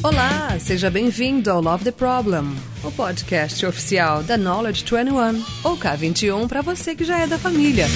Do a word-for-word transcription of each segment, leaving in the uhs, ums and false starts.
Olá, seja bem-vindo ao Love the Problem, o podcast oficial da Knowledge vinte e um, ou K vinte e um para você que já é da família.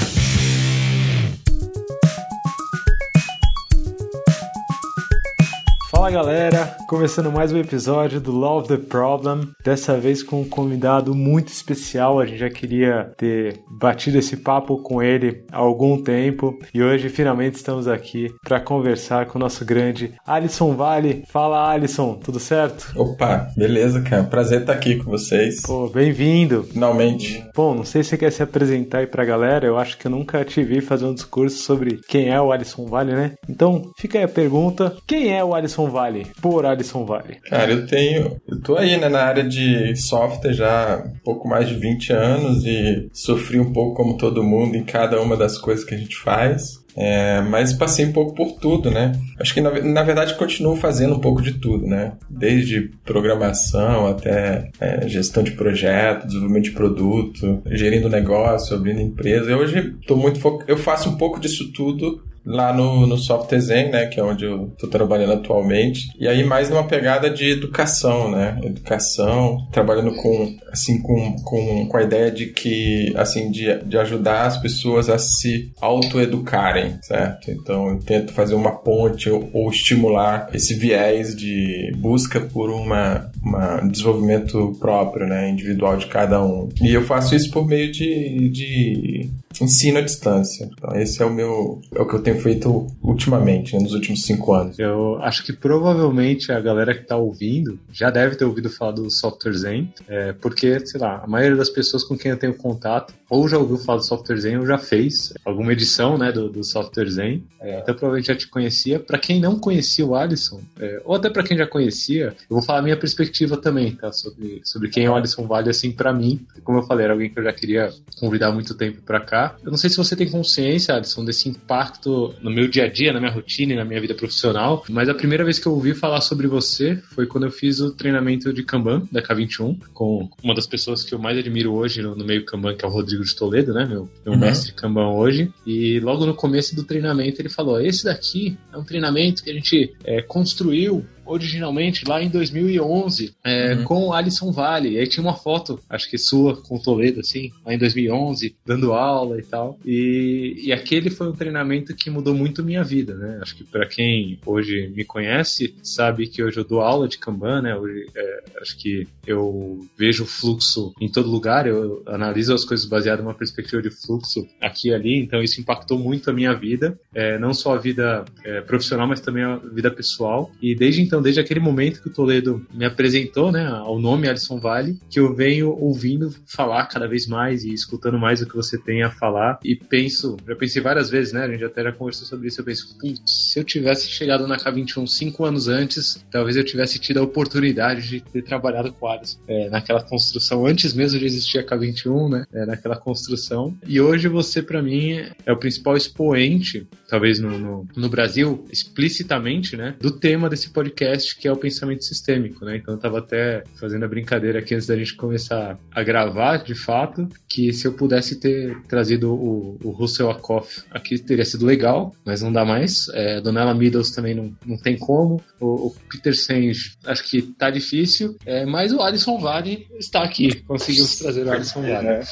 Fala galera, começando mais um episódio do Love the Problem, dessa vez com um convidado muito especial. A gente já queria ter batido esse papo com ele há algum tempo e hoje finalmente estamos aqui para conversar com o nosso grande Alisson Vale. Fala Alisson, tudo certo? Opa, beleza cara, prazer estar aqui com vocês. Pô, bem-vindo. Finalmente. Bom, não sei se você quer se apresentar aí pra galera, eu acho que eu nunca te vi fazer um discurso sobre quem é o Alisson Vale, né? Então fica aí a pergunta, quem é o Alisson Vale? Por Alisson Vale. Cara, eu tenho... Eu tô aí, né, na área de software já há um pouco mais de vinte anos e sofri um pouco como todo mundo em cada uma das coisas que a gente faz. É, mas passei um pouco por tudo, né? Acho que na, na verdade continuo fazendo um pouco de tudo, né? Desde programação até é, gestão de projeto, desenvolvimento de produto, gerindo negócio, abrindo empresa. Eu hoje tô muito fo... eu faço um pouco disso tudo lá no, no Software Zen, né, que é onde eu tô trabalhando atualmente, e aí mais numa pegada de educação, né, educação, trabalhando com, assim, com, com, com a ideia de que, assim, de, de ajudar as pessoas a se autoeducarem, certo? Então eu tento fazer uma ponte ou, ou estimular esse viés de busca por uma, uma desenvolvimento próprio, né, individual de cada um. E eu faço isso por meio de, de ensino à distância. Então esse é o meu, é o que eu tenho feito ultimamente, né, nos últimos cinco anos. Eu acho que provavelmente a galera que está ouvindo já deve ter ouvido falar do Software Zen, é, porque, sei lá, a maioria das pessoas com quem eu tenho contato ou já ouviu falar do Software Zen ou já fez alguma edição, né, do, do Software Zen, é, então provavelmente já te conhecia. Para quem não conhecia o Alisson, é, ou até para quem já conhecia, eu vou falar a minha perspectiva também, tá, sobre, sobre quem é o Alisson Vale, assim, para mim, como eu falei, era alguém que eu já queria convidar há muito tempo para cá. Eu não sei se você tem consciência, Alisson, desse impacto no meu dia a dia, na minha rotina e na minha vida profissional, mas a primeira vez que eu ouvi falar sobre você foi quando eu fiz o treinamento de Kanban da K vinte e um, com uma das pessoas que eu mais admiro hoje no, no meio Kanban, que é o Rodrigo de Toledo, né, meu, meu uhum. mestre Kanban hoje, e logo no começo do treinamento ele falou, esse daqui é um treinamento que a gente é, construiu originalmente lá em dois mil e onze, é, uhum. com o Alisson Vale. E aí tinha uma foto, acho que sua, com o Toledo, assim, lá em dois mil e onze, dando aula e tal. E, e aquele foi um treinamento que mudou muito minha vida, né? Acho que pra quem hoje me conhece, sabe que hoje eu dou aula de Kanban, né? Hoje, é, acho que eu vejo o fluxo em todo lugar, eu analiso as coisas baseadas numa perspectiva de fluxo aqui e ali, então isso impactou muito a minha vida, é, não só a vida é, profissional, mas também a vida pessoal. E desde então, desde aquele momento que o Toledo me apresentou, né, ao nome Alisson Vale, que eu venho ouvindo falar cada vez mais e escutando mais o que você tem a falar, e penso, já pensei várias vezes, né, a gente até já conversou sobre isso, eu penso, putz, se eu tivesse chegado na K vinte e um cinco anos antes, talvez eu tivesse tido a oportunidade de ter trabalhado com o Alisson, é, naquela construção, antes mesmo de existir a K vinte e um, né, é, naquela construção, e hoje você, pra mim, é o principal expoente, talvez no, no, no Brasil, explicitamente, né, do tema desse podcast, que é o pensamento sistêmico, né? Então eu tava até fazendo a brincadeira aqui antes da gente começar a gravar, de fato, que se eu pudesse ter trazido o, o Russell Ackoff aqui teria sido legal, mas não dá mais. É, a Donella Meadows também não, não tem como. O, o Peter Senge, acho que tá difícil, é, mas o Alisson Vale está aqui. Conseguimos trazer o Alisson Vale. É.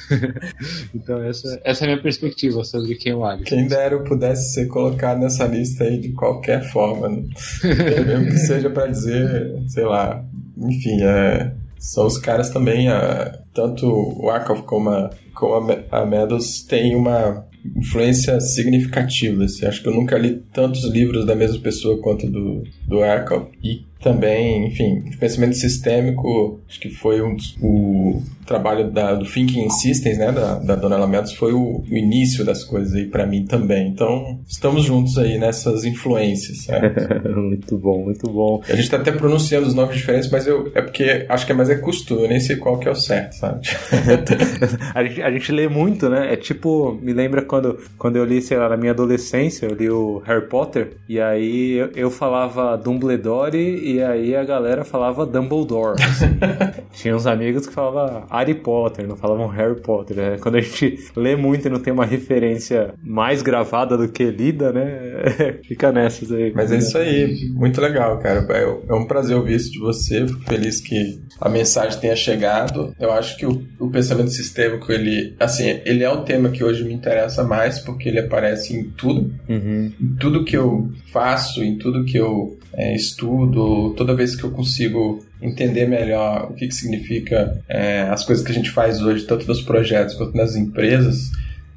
Então essa, essa é a minha perspectiva sobre quem é o Alisson. Quem dera eu pudesse ser colocado nessa lista aí de qualquer forma, né? Mesmo que seja para dizer, sei lá, enfim, é, são os caras também, a, tanto o Ackoff como a, como a Meadows tem uma influência significativa, assim. Acho que eu nunca li tantos livros da mesma pessoa quanto do, do Ackoff, e também, enfim, de pensamento sistêmico, acho que foi um, o trabalho da, do Thinking in Systems, né, da, da Donella Meadows, foi o, o início das coisas aí pra mim também. Então, estamos juntos aí nessas influências, certo? Muito bom, muito bom. A gente tá até pronunciando os nomes diferentes, mas eu, é porque acho que é mais é costume, eu nem sei qual que é o certo, sabe? a, gente, a gente lê muito, né? É tipo, me lembra quando, quando eu li, sei lá, na minha adolescência, eu li o Harry Potter, e aí eu, eu falava Dumbledore e aí a galera falava Dumbledore. Assim. Tinha uns amigos que falavam Harry Potter, não falavam Harry Potter. Né? Quando a gente lê muito e não tem uma referência mais gravada do que lida, né? Fica nessas aí. Mas é isso aí, muito legal, cara. É um prazer ouvir isso de você, fico feliz que a mensagem tenha chegado. Eu acho que o, o pensamento sistêmico, ele, assim, ele é o tema que hoje me interessa mais, porque ele aparece em tudo, uhum. em tudo que eu faço, em tudo que eu é, estudo, toda vez que eu consigo entender melhor o que, que significa é, as coisas que a gente faz hoje, tanto nos projetos quanto nas empresas,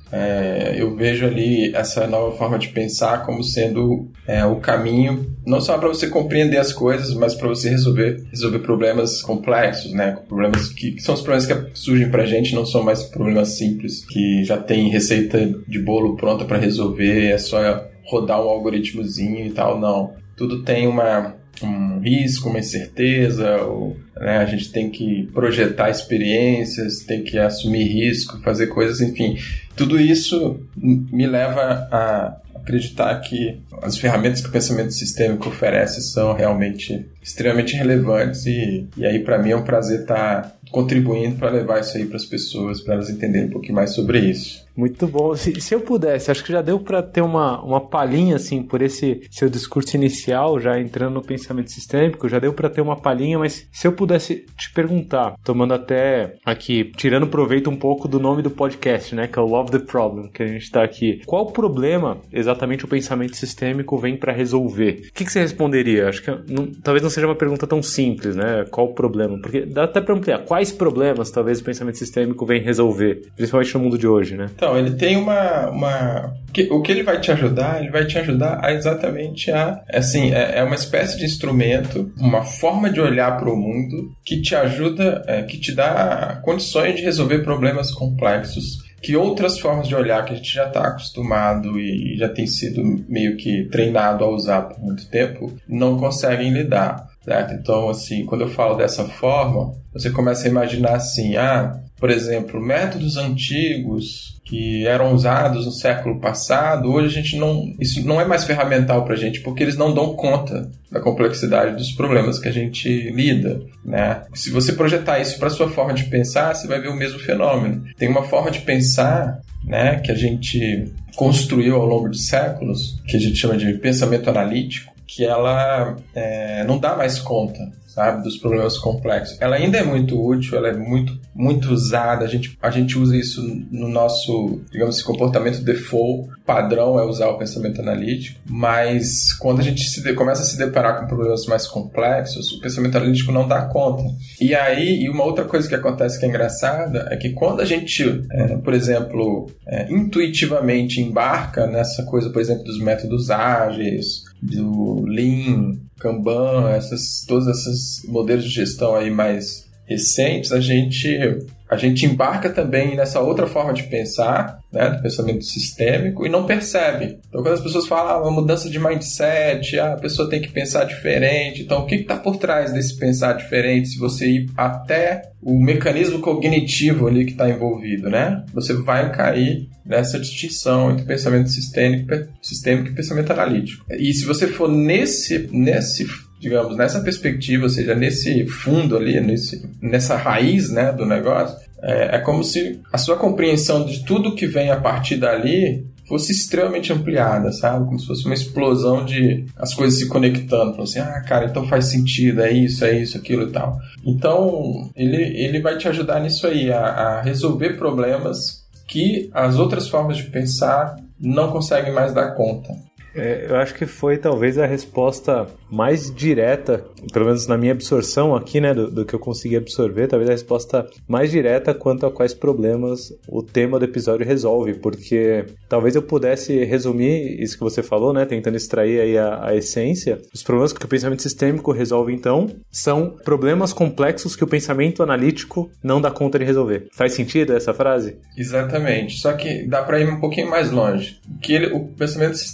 é, eu vejo ali essa nova forma de pensar como sendo é, o caminho, não só para você compreender as coisas, mas para você resolver, resolver problemas complexos, né? Problemas que, que são os problemas que surgem para a gente, não são mais problemas simples, que já tem receita de bolo pronta para resolver, é só rodar um algoritmozinho e tal, não. Tudo tem uma, um risco, uma incerteza, ou, né, a gente tem que projetar experiências, tem que assumir risco, fazer coisas, enfim. Tudo isso me leva a acreditar que as ferramentas que o pensamento sistêmico oferece são realmente extremamente relevantes e, e aí para mim é um prazer estar contribuindo para levar isso aí para as pessoas, para elas entenderem um pouquinho mais sobre isso. Muito bom. Se, se eu pudesse, acho que já deu para ter uma, uma palhinha, assim, por esse seu discurso inicial, já entrando no pensamento sistêmico, já deu para ter uma palhinha, mas se eu pudesse te perguntar, tomando até aqui, tirando proveito um pouco do nome do podcast, né, que é o Love the Problem, que a gente está aqui, qual problema exatamente o pensamento sistêmico vem para resolver? O que, que você responderia? Acho que não, talvez não seja uma pergunta tão simples, né, qual o problema? Porque dá até para ampliar. Quais problemas talvez o pensamento sistêmico vem resolver, principalmente no mundo de hoje, né? Então, ele tem uma... uma... O que ele vai te ajudar? Ele vai te ajudar a exatamente a... Assim, é uma espécie de instrumento, uma forma de olhar para o mundo que te ajuda, é, que te dá condições de resolver problemas complexos que outras formas de olhar que a gente já está acostumado e já tem sido meio que treinado a usar por muito tempo, não conseguem lidar. Certo? Então, assim, quando eu falo dessa forma, você começa a imaginar assim, ah, por exemplo, métodos antigos que eram usados no século passado, hoje a gente não... Isso não é mais ferramental para a gente, porque eles não dão conta da complexidade dos problemas que a gente lida, né? Se você projetar isso para a sua forma de pensar, você vai ver o mesmo fenômeno. Tem uma forma de pensar, né, que a gente construiu ao longo de séculos, que a gente chama de pensamento analítico, que ela é, não dá mais conta, sabe, dos problemas complexos. Ela ainda é muito útil, ela é muito, muito usada, a gente, a gente usa isso no nosso, digamos assim, comportamento default, padrão é usar o pensamento analítico, mas quando a gente se de, começa a se deparar com problemas mais complexos, o pensamento analítico não dá conta. E aí, e uma outra coisa que acontece que é engraçada, é que quando a gente, é, por exemplo, é, intuitivamente embarca nessa coisa, por exemplo, dos métodos ágeis, do Lean, Kanban, essas, todos esses modelos de gestão aí mais recentes, a gente, a gente embarca também nessa outra forma de pensar, né, do pensamento sistêmico, e não percebe. Então, quando as pessoas falam, ah, uma mudança de mindset, ah, a pessoa tem que pensar diferente, então o que está por trás desse pensar diferente, se você ir até o mecanismo cognitivo ali que está envolvido, né? Você vai cair nessa distinção entre pensamento sistêmico, sistêmico e pensamento analítico. E se você for nesse, nesse, digamos, nessa perspectiva, ou seja, nesse fundo ali, nesse, nessa raiz, né, do negócio, é, é como se a sua compreensão de tudo que vem a partir dali fosse extremamente ampliada, sabe? Como se fosse uma explosão de as coisas se conectando. Falando assim, ah, cara, então faz sentido, é isso, é isso, aquilo e tal. Então, ele, ele vai te ajudar nisso aí, a, a resolver problemas que as outras formas de pensar não conseguem mais dar conta. É, eu acho que foi talvez a resposta mais direta, pelo menos na minha absorção aqui, né, do, do que eu consegui absorver, talvez a resposta mais direta quanto a quais problemas o tema do episódio resolve, porque talvez eu pudesse resumir isso que você falou, né, tentando extrair aí a, a essência. Os problemas que o pensamento sistêmico resolve, então, são problemas complexos que o pensamento analítico não dá conta de resolver. Faz sentido essa frase? Exatamente, só que dá para ir um pouquinho mais longe. O que ele, o pensamento sistêmico resolve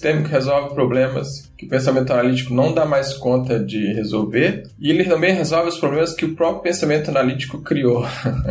resolve problemas que o pensamento analítico não dá mais conta de resolver, e ele também resolve os problemas que o próprio pensamento analítico criou.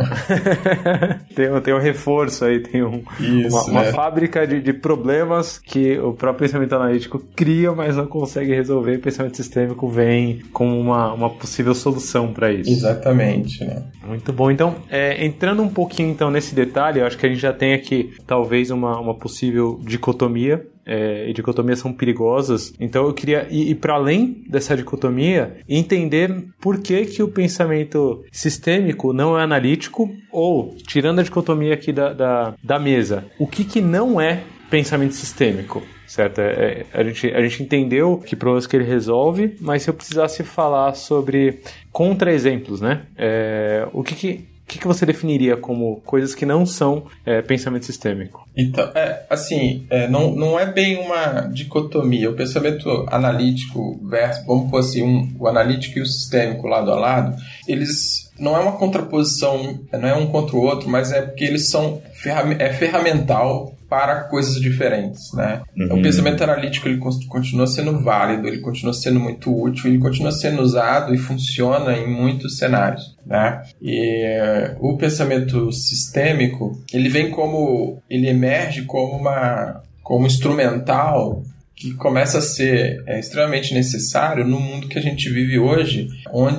tem, tem um reforço aí, tem um, Isso, uma, uma né? fábrica de, de problemas que o próprio pensamento analítico cria, mas não consegue resolver. O pensamento sistêmico vem como uma, uma possível solução para isso. Exatamente. Né? Muito bom. Então, é, entrando um pouquinho então, nesse detalhe, eu acho que a gente já tem aqui talvez uma, uma possível dicotomia. É, e dicotomias são perigosas, então eu queria ir, ir para além dessa dicotomia e entender por que, que o pensamento sistêmico não é analítico, ou, tirando a dicotomia aqui da, da, da mesa, o que, que não é pensamento sistêmico, certo? É, a, gente, a gente entendeu que problemas que ele resolve, mas se eu precisasse falar sobre contra-exemplos, né? É, o que que O que, que você definiria como coisas que não são é, pensamento sistêmico? Então, é, assim, é, não, não é bem uma dicotomia. O pensamento analítico versus, vamos pôr assim, um, o analítico e o sistêmico lado a lado, eles não é uma contraposição, não é um contra o outro, mas é porque eles são ferram- é ferramental para coisas diferentes, né? Uhum. O pensamento analítico ele continua sendo válido, ele continua sendo muito útil, ele continua sendo usado e funciona em muitos cenários, né? E uh, o pensamento sistêmico, ele vem como, ele emerge como uma, como instrumental que começa a ser é, extremamente necessário no mundo que a gente vive hoje,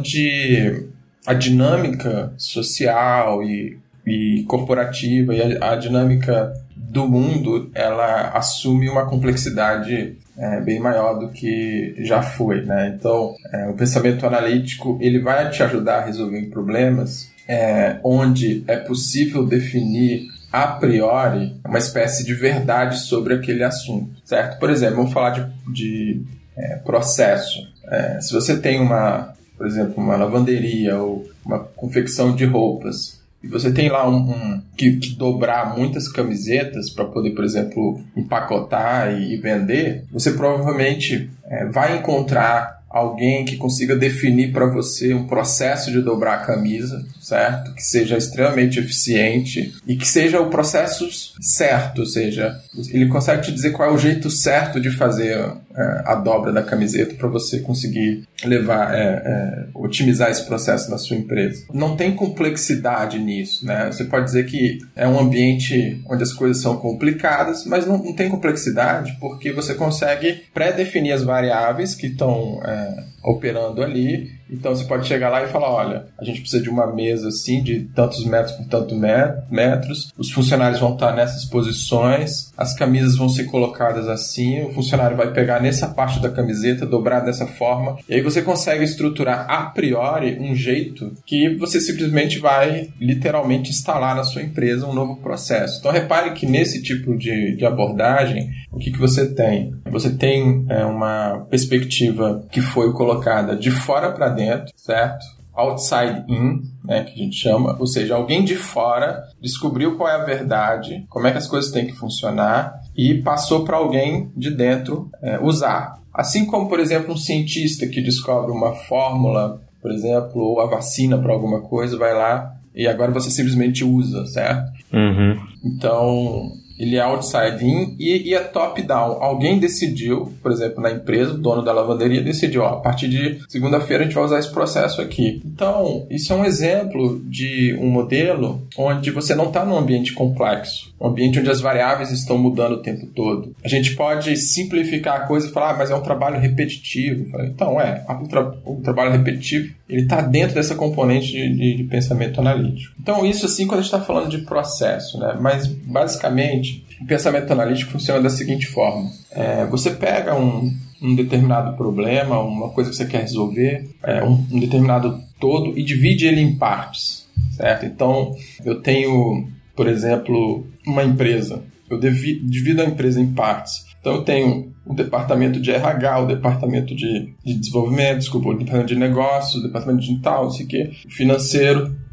onde a dinâmica social e, e corporativa e a, a dinâmica do mundo, ela assume uma complexidade é, bem maior do que já foi, né? Então, é, o pensamento analítico, ele vai te ajudar a resolver problemas é, onde é possível definir a priori uma espécie de verdade sobre aquele assunto, certo? Por exemplo, vamos falar de, de é, processo. É, se você tem uma, por exemplo, uma lavanderia ou uma confecção de roupas, e você tem lá um, um que, que dobrar muitas camisetas para poder, por exemplo, empacotar e, e vender, você provavelmente é, vai encontrar alguém que consiga definir para você um processo de dobrar a camisa, certo? Que seja extremamente eficiente e que seja o processo certo, ou seja, ele consegue te dizer qual é o jeito certo de fazer é, a dobra da camiseta para você conseguir levar, é, é, otimizar esse processo na sua empresa. Não tem complexidade nisso, né? Você pode dizer que é um ambiente onde as coisas são complicadas, mas não, não tem complexidade porque você consegue pré-definir as variáveis que estão é, operando ali. Então você pode chegar lá e falar, olha, a gente precisa de uma mesa assim, de tantos metros por tantos metros, os funcionários vão estar nessas posições, as camisas vão ser colocadas assim, o funcionário vai pegar nessa parte da camiseta, dobrar dessa forma, e aí você consegue estruturar a priori um jeito que você simplesmente vai literalmente instalar na sua empresa um novo processo. Então repare que nesse tipo de, de abordagem, o que, que você tem? Você tem é, uma perspectiva que foi colocada de fora para dentro, certo? Outside in, né, que a gente chama, ou seja, alguém de fora descobriu qual é a verdade, como é que as coisas têm que funcionar e passou para alguém de dentro é, usar. Assim como, por exemplo, um cientista que descobre uma fórmula, por exemplo, ou a vacina para alguma coisa, vai lá e agora você simplesmente usa, certo? Uhum. Então, ele é outside in e, e é top down. Alguém decidiu, por exemplo, na empresa, o dono da lavanderia decidiu, ó, a partir de segunda-feira a gente vai usar esse processo aqui. Então, isso é um exemplo de um modelo onde você não está num ambiente complexo, um ambiente onde as variáveis estão mudando o tempo todo. A gente pode simplificar a coisa e falar, ah, mas é um trabalho repetitivo. Então, é, o, tra- o trabalho repetitivo, ele está dentro dessa componente de, de, de pensamento analítico. Então, isso assim quando a gente está falando de processo, né? Mas, basicamente, o pensamento analítico funciona da seguinte forma. É, você pega um, um determinado problema, uma coisa que você quer resolver, é, um, um determinado todo, e divide ele em partes, certo? Então, eu tenho, por exemplo, uma empresa. Eu devi, divido a empresa em partes. Então, eu tenho o departamento de R H, o departamento de, de desenvolvimento, desculpa, o departamento de negócios, o departamento de tal, não sei o quê, financeiro,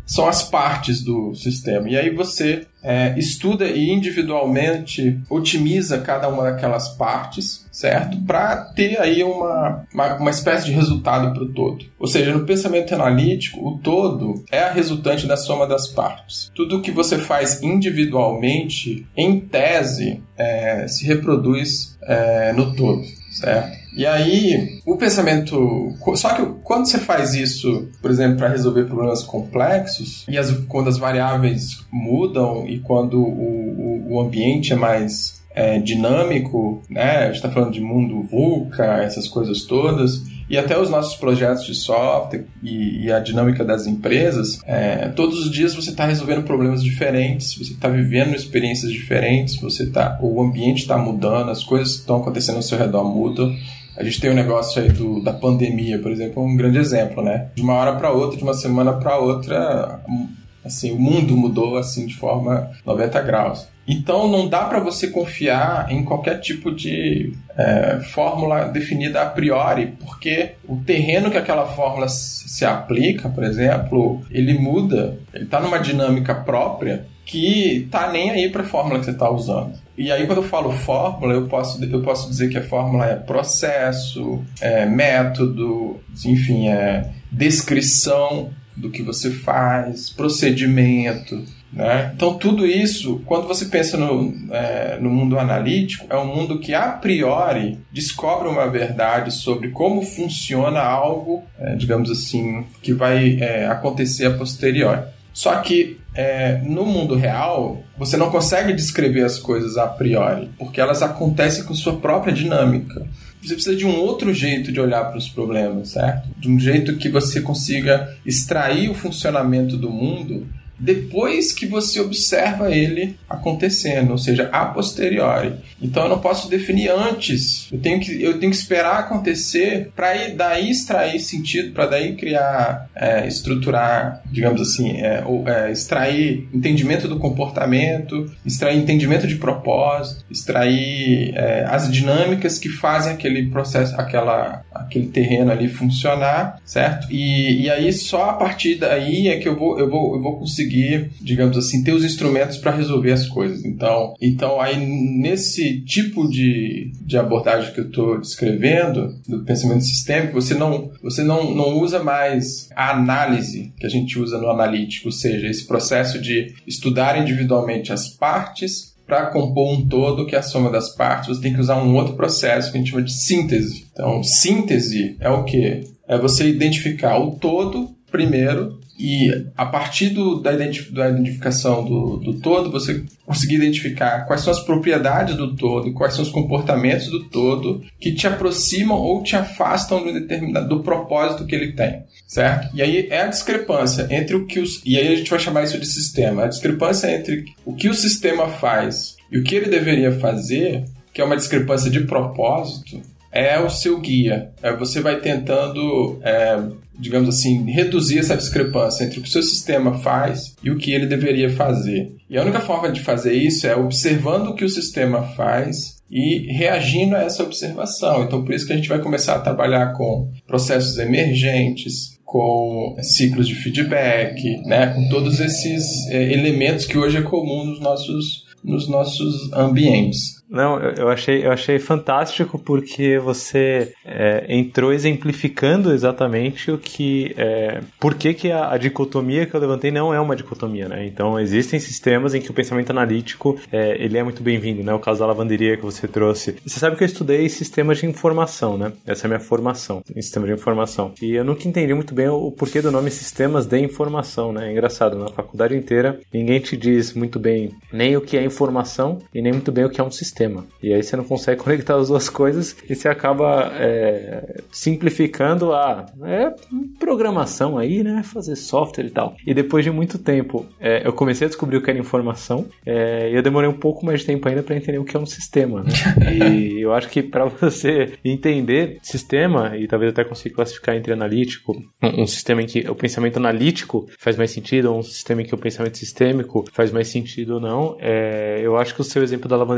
são as partes do sistema. E aí você é, estuda e individualmente otimiza cada uma daquelas partes, certo? Para ter aí uma, uma, uma espécie de resultado para o todo. Ou seja, no pensamento analítico, o todo é a resultante da soma das partes. Tudo que você faz individualmente, em tese, é, se reproduz é, no todo, certo? E aí, o pensamento... Só que quando você faz isso, por exemplo, para resolver problemas complexos, e as, quando as variáveis mudam e quando o, o, o ambiente é mais é, dinâmico, né? A gente está falando de mundo VUCA, essas coisas todas, e até os nossos projetos de software e, e a dinâmica das empresas, é, todos os dias você está resolvendo problemas diferentes, você está vivendo experiências diferentes, você tá, o ambiente está mudando, as coisas que estão acontecendo ao seu redor mudam. A gente tem um negócio aí do, da pandemia, por exemplo, um grande exemplo, né? De uma hora para outra, de uma semana para outra, assim, o mundo mudou assim de forma noventa graus. Então, não dá para você confiar em qualquer tipo de é, fórmula definida a priori, porque o terreno que aquela fórmula se aplica, por exemplo, ele muda, ele está numa dinâmica própria que tá nem aí para a fórmula que você está usando. E aí, quando eu falo fórmula, eu posso, eu posso dizer que a fórmula é processo, é método, enfim, é descrição do que você faz, procedimento, né? Então, tudo isso, quando você pensa no, é, no mundo analítico, é um mundo que, a priori, descobre uma verdade sobre como funciona algo, é, digamos assim, que vai é, acontecer a posteriori. Só que é, no mundo real, você não consegue descrever as coisas a priori, porque elas acontecem com sua própria dinâmica. Você precisa de um outro jeito de olhar para os problemas, certo? De um jeito que você consiga extrair o funcionamento do mundo depois que você observa ele acontecendo, ou seja, a posteriori. Então eu não posso definir antes, eu tenho que, eu tenho que esperar acontecer para daí extrair sentido, para daí criar, é, estruturar, digamos assim, é, ou, é, extrair entendimento do comportamento, extrair entendimento de propósito, extrair é, as dinâmicas que fazem aquele processo, aquela, aquele terreno ali funcionar, certo? E, e aí só a partir daí é que eu vou, eu vou, eu vou conseguir conseguir, digamos assim, ter os instrumentos para resolver as coisas. Então, então aí nesse tipo de, de abordagem que eu estou descrevendo, do pensamento sistêmico, você, não, você não, não usa mais a análise que a gente usa no analítico, ou seja, esse processo de estudar individualmente as partes para compor um todo, que é a soma das partes. Você tem que usar um outro processo que a gente chama de síntese. Então, síntese é o quê? É você identificar o todo primeiro, e a partir do, da, identif- da identificação do, do todo, você conseguir identificar quais são as propriedades do todo e quais são os comportamentos do todo que te aproximam ou te afastam do, determinado, do propósito que ele tem, certo? E aí é a discrepância entre o que os... E aí a gente vai chamar isso de sistema. A discrepância entre o que o sistema faz e o que ele deveria fazer, que é uma discrepância de propósito, é o seu guia. É, você vai tentando... É, digamos assim, reduzir essa discrepância entre o que o seu sistema faz e o que ele deveria fazer. E a única forma de fazer isso é observando o que o sistema faz e reagindo a essa observação. Então, por isso que a gente vai começar a trabalhar com processos emergentes, com ciclos de feedback, né? Com todos esses é, elementos que hoje é comum nos nossos, nos nossos ambientes. Não, eu achei, eu achei fantástico porque você é, entrou exemplificando exatamente o que... É, por que, que a, a dicotomia que eu levantei não é uma dicotomia, né? Então, existem sistemas em que o pensamento analítico é, ele é muito bem-vindo, né? O caso da lavanderia que você trouxe. Você sabe que eu estudei sistemas de informação, né? Essa é a minha formação em sistemas de informação. E eu nunca entendi muito bem o, o porquê do nome sistemas de informação, né? É engraçado, na faculdade inteira ninguém te diz muito bem nem o que é informação e nem muito bem o que é um sistema. E aí você não consegue conectar as duas coisas e você acaba é, simplificando a é, programação aí, né? Fazer software e tal. E depois de muito tempo, é, eu comecei a descobrir o que era informação é, e eu demorei um pouco mais de tempo ainda para entender o que é um sistema, né? E eu acho que para você entender sistema, e talvez até consiga classificar entre analítico, um, um sistema em que o pensamento analítico faz mais sentido, ou um sistema em que o pensamento sistêmico faz mais sentido ou não, é, eu acho que o seu exemplo da lavanderia foi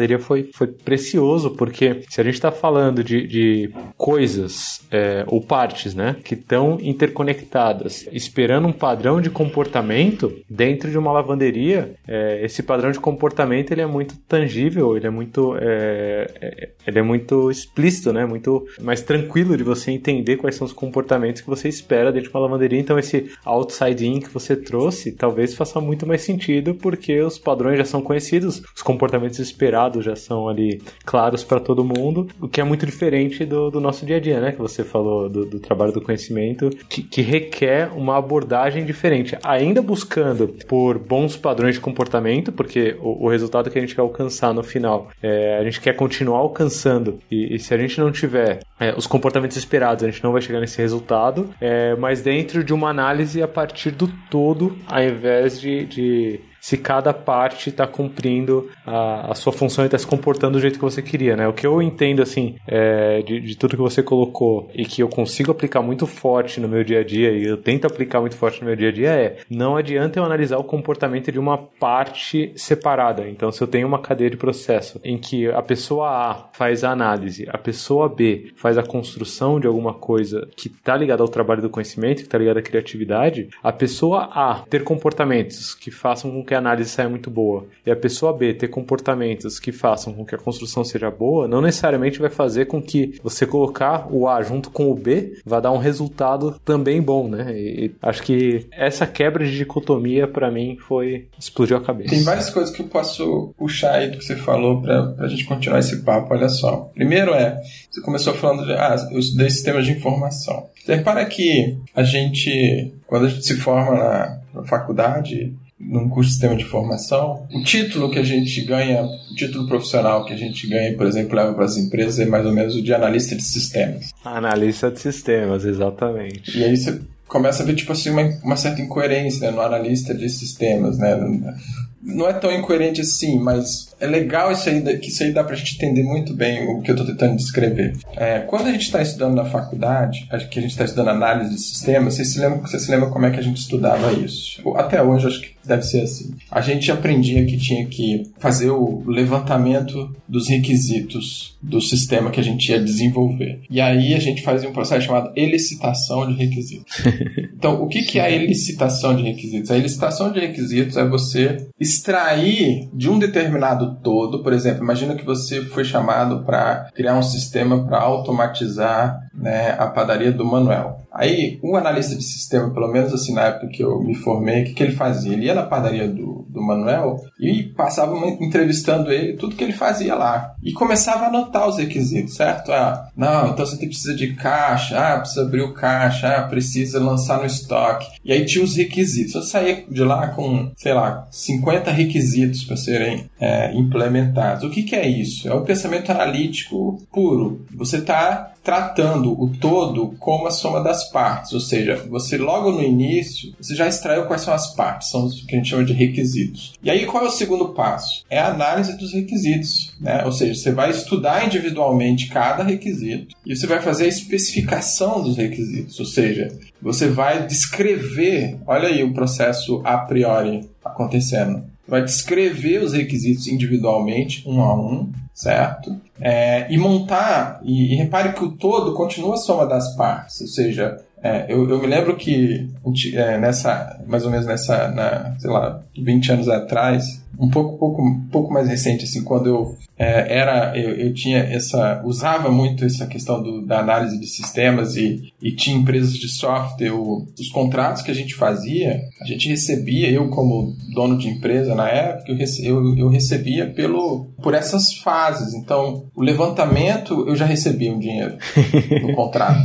foi, foi precioso, porque se a gente está falando de, de coisas é, ou partes, né, que estão interconectadas, esperando um padrão de comportamento dentro de uma lavanderia, é, esse padrão de comportamento ele é muito tangível, ele é muito, é, é, ele é muito explícito, né, muito mais tranquilo de você entender quais são os comportamentos que você espera dentro de uma lavanderia. Então esse outside-in que você trouxe talvez faça muito mais sentido, porque os padrões já são conhecidos, os comportamentos esperados já são ali claros para todo mundo, o que é muito diferente do, do nosso dia a dia, né? Que você falou do, do trabalho do conhecimento, que, que requer uma abordagem diferente, ainda buscando por bons padrões de comportamento, porque o, o resultado que a gente quer alcançar no final, é, a gente quer continuar alcançando, e, e se a gente não tiver é, os comportamentos esperados, a gente não vai chegar nesse resultado, é, mas dentro de uma análise a partir do todo, ao invés de, de se cada parte está cumprindo a, a sua função e está se comportando do jeito que você queria, né? O que eu entendo, assim, é, de, de tudo que você colocou e que eu consigo aplicar muito forte no meu dia a dia, e eu tento aplicar muito forte no meu dia a dia, é: não adianta eu analisar o comportamento de uma parte separada. Então, se eu tenho uma cadeia de processo em que a pessoa A faz a análise, a pessoa B faz a construção de alguma coisa que está ligada ao trabalho do conhecimento, que está ligada à criatividade, a pessoa A ter comportamentos que façam com que a análise saia muito boa, e a pessoa B ter comportamentos que façam com que a construção seja boa, não necessariamente vai fazer com que você colocar o A junto com o B vai dar um resultado também bom, né? E, e acho que essa quebra de dicotomia, para mim, foi... explodiu a cabeça. Tem várias coisas que eu posso puxar aí do que você falou pra, pra gente continuar esse papo. Olha só. Primeiro é, você começou falando de, ah, eu estudei sistemas de informação. Você repara que a gente, quando a gente se forma na, na faculdade, num curso de sistema de informação, o título que a gente ganha, o título profissional que a gente ganha, por exemplo, leva para as empresas, é mais ou menos o de analista de sistemas. Analista de sistemas, exatamente. E aí você começa a ver, tipo assim, uma, uma certa incoerência, né, no analista de sistemas, né? Não é tão incoerente assim, mas é legal isso aí, que isso aí dá pra gente entender muito bem o que eu tô tentando descrever. É, quando a gente está estudando na faculdade, que a gente está estudando análise de sistemas, você se lembra, você se lembra como é que a gente estudava isso? Até hoje, acho que deve ser assim. A gente aprendia que tinha que fazer o levantamento dos requisitos do sistema que a gente ia desenvolver. E aí a gente fazia um processo chamado elicitação de requisitos. Então, o que, que é a elicitação de requisitos? A elicitação de requisitos é você extrair de um determinado todo, por exemplo, imagina que você foi chamado para criar um sistema para automatizar, né, a padaria do Manuel. Aí, o analista de sistema, pelo menos assim na época que eu me formei, o que, que ele fazia? Ele ia na padaria do, do Manuel e passava uma, entrevistando ele, tudo que ele fazia lá. E começava a anotar os requisitos, certo? Ah, não, então você precisa de caixa, ah, precisa abrir o caixa, ah, precisa lançar no estoque. E aí tinha os requisitos. Eu saía de lá com, sei lá, cinquenta requisitos para serem é, implementados. O que, que é isso? É o pensamento analítico puro. Você está tratando o todo como a soma das partes, ou seja, você logo no início, você já extraiu quais são as partes, são os que a gente chama de requisitos. E aí qual é o segundo passo? É a análise dos requisitos, né? Ou seja, você vai estudar individualmente cada requisito e você vai fazer a especificação dos requisitos, ou seja, você vai descrever, olha aí o processo a priori acontecendo, vai descrever os requisitos individualmente, um a um, certo? É, e montar, e, e repare que o todo continua a soma das partes, ou seja, é, eu, eu me lembro que é, nessa, mais ou menos nessa, na, sei lá, vinte anos atrás, um pouco, pouco, um pouco mais recente, assim, quando eu é, era, eu, eu tinha essa, usava muito essa questão do, da análise de sistemas e, e tinha empresas de software, o, os contratos que a gente fazia, a gente recebia, eu como dono de empresa na época, eu, rece, eu, eu recebia pelo, por essas fases. Então, o levantamento, eu já recebia um dinheiro no contrato.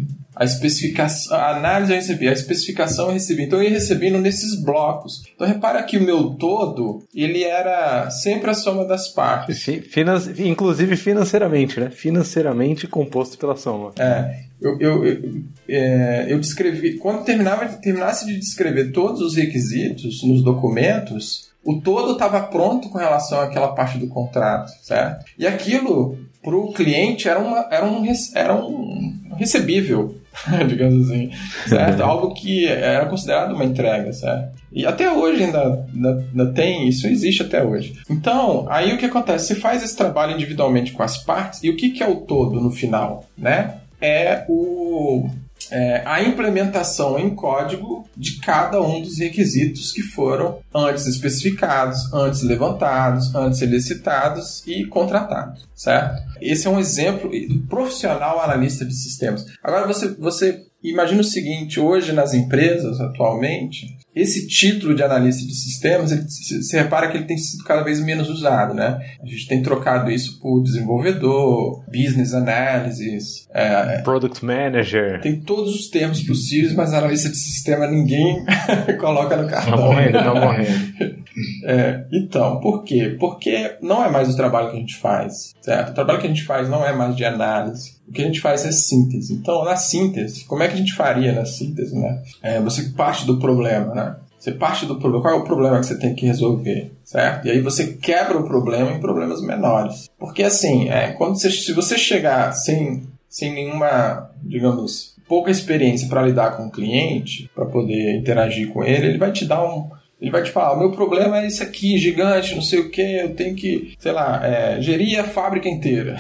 A especificação, a análise eu recebi, a especificação eu recebi. Então eu ia recebendo nesses blocos. Então repara que o meu todo, ele era sempre a soma das partes. Finan- inclusive financeiramente, né? Financeiramente composto pela soma. É. Eu, eu, eu, é, eu descrevi... Quando terminava, terminasse de descrever todos os requisitos nos documentos, o todo estava pronto com relação àquela parte do contrato, certo? E aquilo, para o cliente, era, uma, era, um, era um recebível, digamos assim, certo? Algo que era considerado uma entrega, certo? E até hoje ainda, ainda, ainda tem, isso existe até hoje. Então, aí o que acontece? Você faz esse trabalho individualmente com as partes, e o que, que é o todo no final, né? É o... É, a implementação em código de cada um dos requisitos que foram antes especificados, antes levantados, antes solicitados e contratados, certo? Esse é um exemplo do profissional analista de sistemas. Agora você, você imagina o seguinte, hoje nas empresas, atualmente, esse título de analista de sistemas, ele, você repara que ele tem sido cada vez menos usado, né? A gente tem trocado isso por desenvolvedor, business analysis, é, product manager. Tem todos os termos possíveis, mas analista de sistema ninguém coloca no cartão. Tá morrendo, tá morrendo. É, então, por quê? Porque não é mais o trabalho que a gente faz, certo? O trabalho que a gente faz não é mais de análise. O que a gente faz é síntese. Então, na síntese, como é que a gente faria na síntese, né? É, você parte do problema, né? Você parte do problema. Qual é o problema que você tem que resolver, certo? E aí você quebra o problema em problemas menores. Porque, assim, é, quando você, se você chegar sem, sem nenhuma, digamos, pouca experiência para lidar com o cliente, para poder interagir com ele, ele vai te dar um... Ele vai te falar, o meu problema é isso aqui, gigante, não sei o que, eu tenho que, sei lá, é, gerir a fábrica inteira.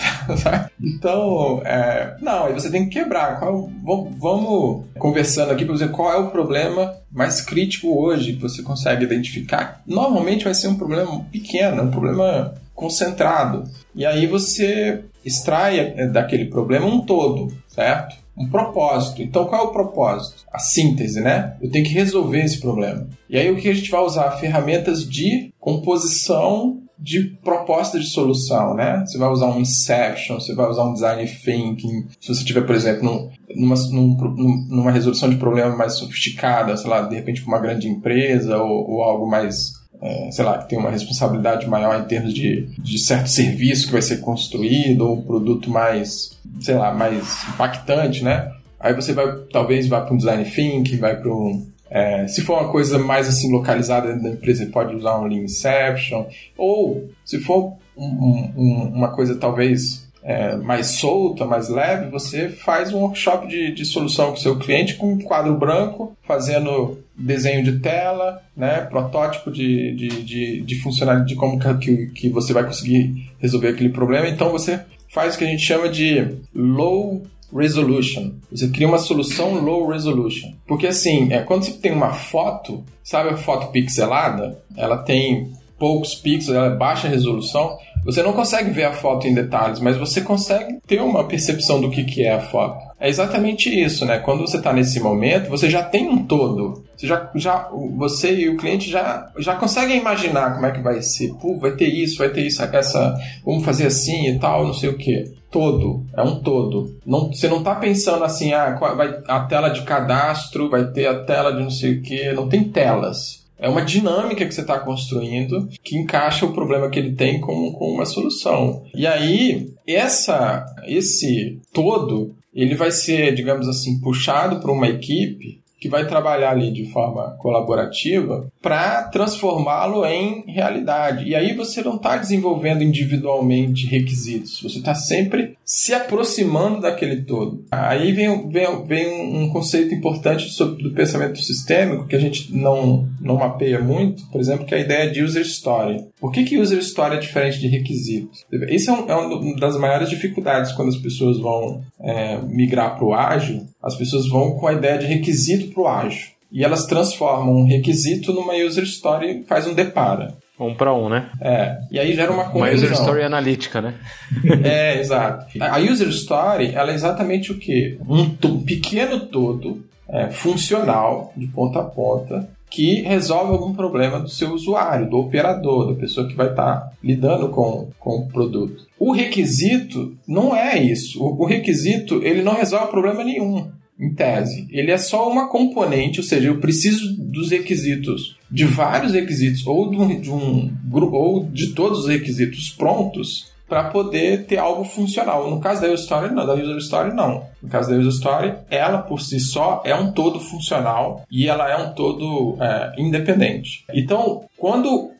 Então, é, não, aí você tem que quebrar. Qual, vamos, vamos conversando aqui para dizer qual é o problema mais crítico hoje que você consegue identificar. Normalmente vai ser um problema pequeno, um problema concentrado. E aí você extrai daquele problema um todo, certo? Um propósito. Então, qual é o propósito? A síntese, né? Eu tenho que resolver esse problema. E aí, o que a gente vai usar? Ferramentas de composição de proposta de solução, né? Você vai usar um Inception, você vai usar um Design Thinking. Se você tiver, por exemplo, num, numa, num, numa resolução de problema mais sofisticada, sei lá, de repente para uma grande empresa ou, ou algo mais... É, sei lá, que tem uma responsabilidade maior em termos de, de certo serviço que vai ser construído, ou um produto mais, sei lá, mais impactante, né? Aí você vai, talvez, vai para um design thinking, vai para um... É, se for uma coisa mais assim localizada dentro da empresa, você pode usar um Lean Inception, ou se for um, um, uma coisa talvez... É, mais solta, mais leve, você faz um workshop de, de solução com o seu cliente com um quadro branco, fazendo desenho de tela, né, protótipo de, de, de, de funcionalidade, de como que, que você vai conseguir resolver aquele problema. Então você faz o que a gente chama de low resolution. Você cria uma solução low resolution. Porque assim, é, quando você tem uma foto, sabe a foto pixelada? Ela tem poucos pixels, ela é baixa resolução. Você não consegue ver a foto em detalhes, mas você consegue ter uma percepção do que, que é a foto. É exatamente isso, né? Quando você está nesse momento, você já tem um todo. Você, já, já, você e o cliente já, já conseguem imaginar como é que vai ser. Pô, vai ter isso, vai ter isso, essa, vamos fazer assim e tal, não sei o quê. Todo, é um todo. Não, você não está pensando assim, ah, vai, a tela de cadastro, vai ter a tela de não sei o quê. Não tem telas. É uma dinâmica que você está construindo que encaixa o problema que ele tem com, com uma solução. E aí, essa, esse todo, ele vai ser, digamos assim, puxado para uma equipe que vai trabalhar ali de forma colaborativa para transformá-lo em realidade. E aí você não está desenvolvendo individualmente requisitos, você está sempre se aproximando daquele todo. Aí vem, vem, vem um conceito importante sobre, do pensamento sistêmico que a gente não, não mapeia muito, por exemplo, que é a ideia de user story. Por que, que user story é diferente de requisitos? Isso é, um, é uma das maiores dificuldades quando as pessoas vão é, migrar para o ágil. As pessoas vão com a ideia de requisito para o ágil. E elas transformam um requisito numa user story e faz um depara. Um para um, né? É. E aí gera uma confusão. Uma user story analítica, né? É, exato. A user story, ela é exatamente o quê? Um, um pequeno todo é, funcional, de ponta a ponta, que resolve algum problema do seu usuário, do operador, da pessoa que vai estar lidando com, com o produto. O requisito não é isso. O, o requisito, ele não resolve problema nenhum, em tese. Ele é só uma componente, ou seja, eu preciso dos requisitos, de vários requisitos, ou de um, de um grupo, ou de todos os requisitos prontos, para poder ter algo funcional. No caso da user story, não. Da user story, não. No caso da user story, ela por si só é um todo funcional e ela é um todo é, independente. Então, quando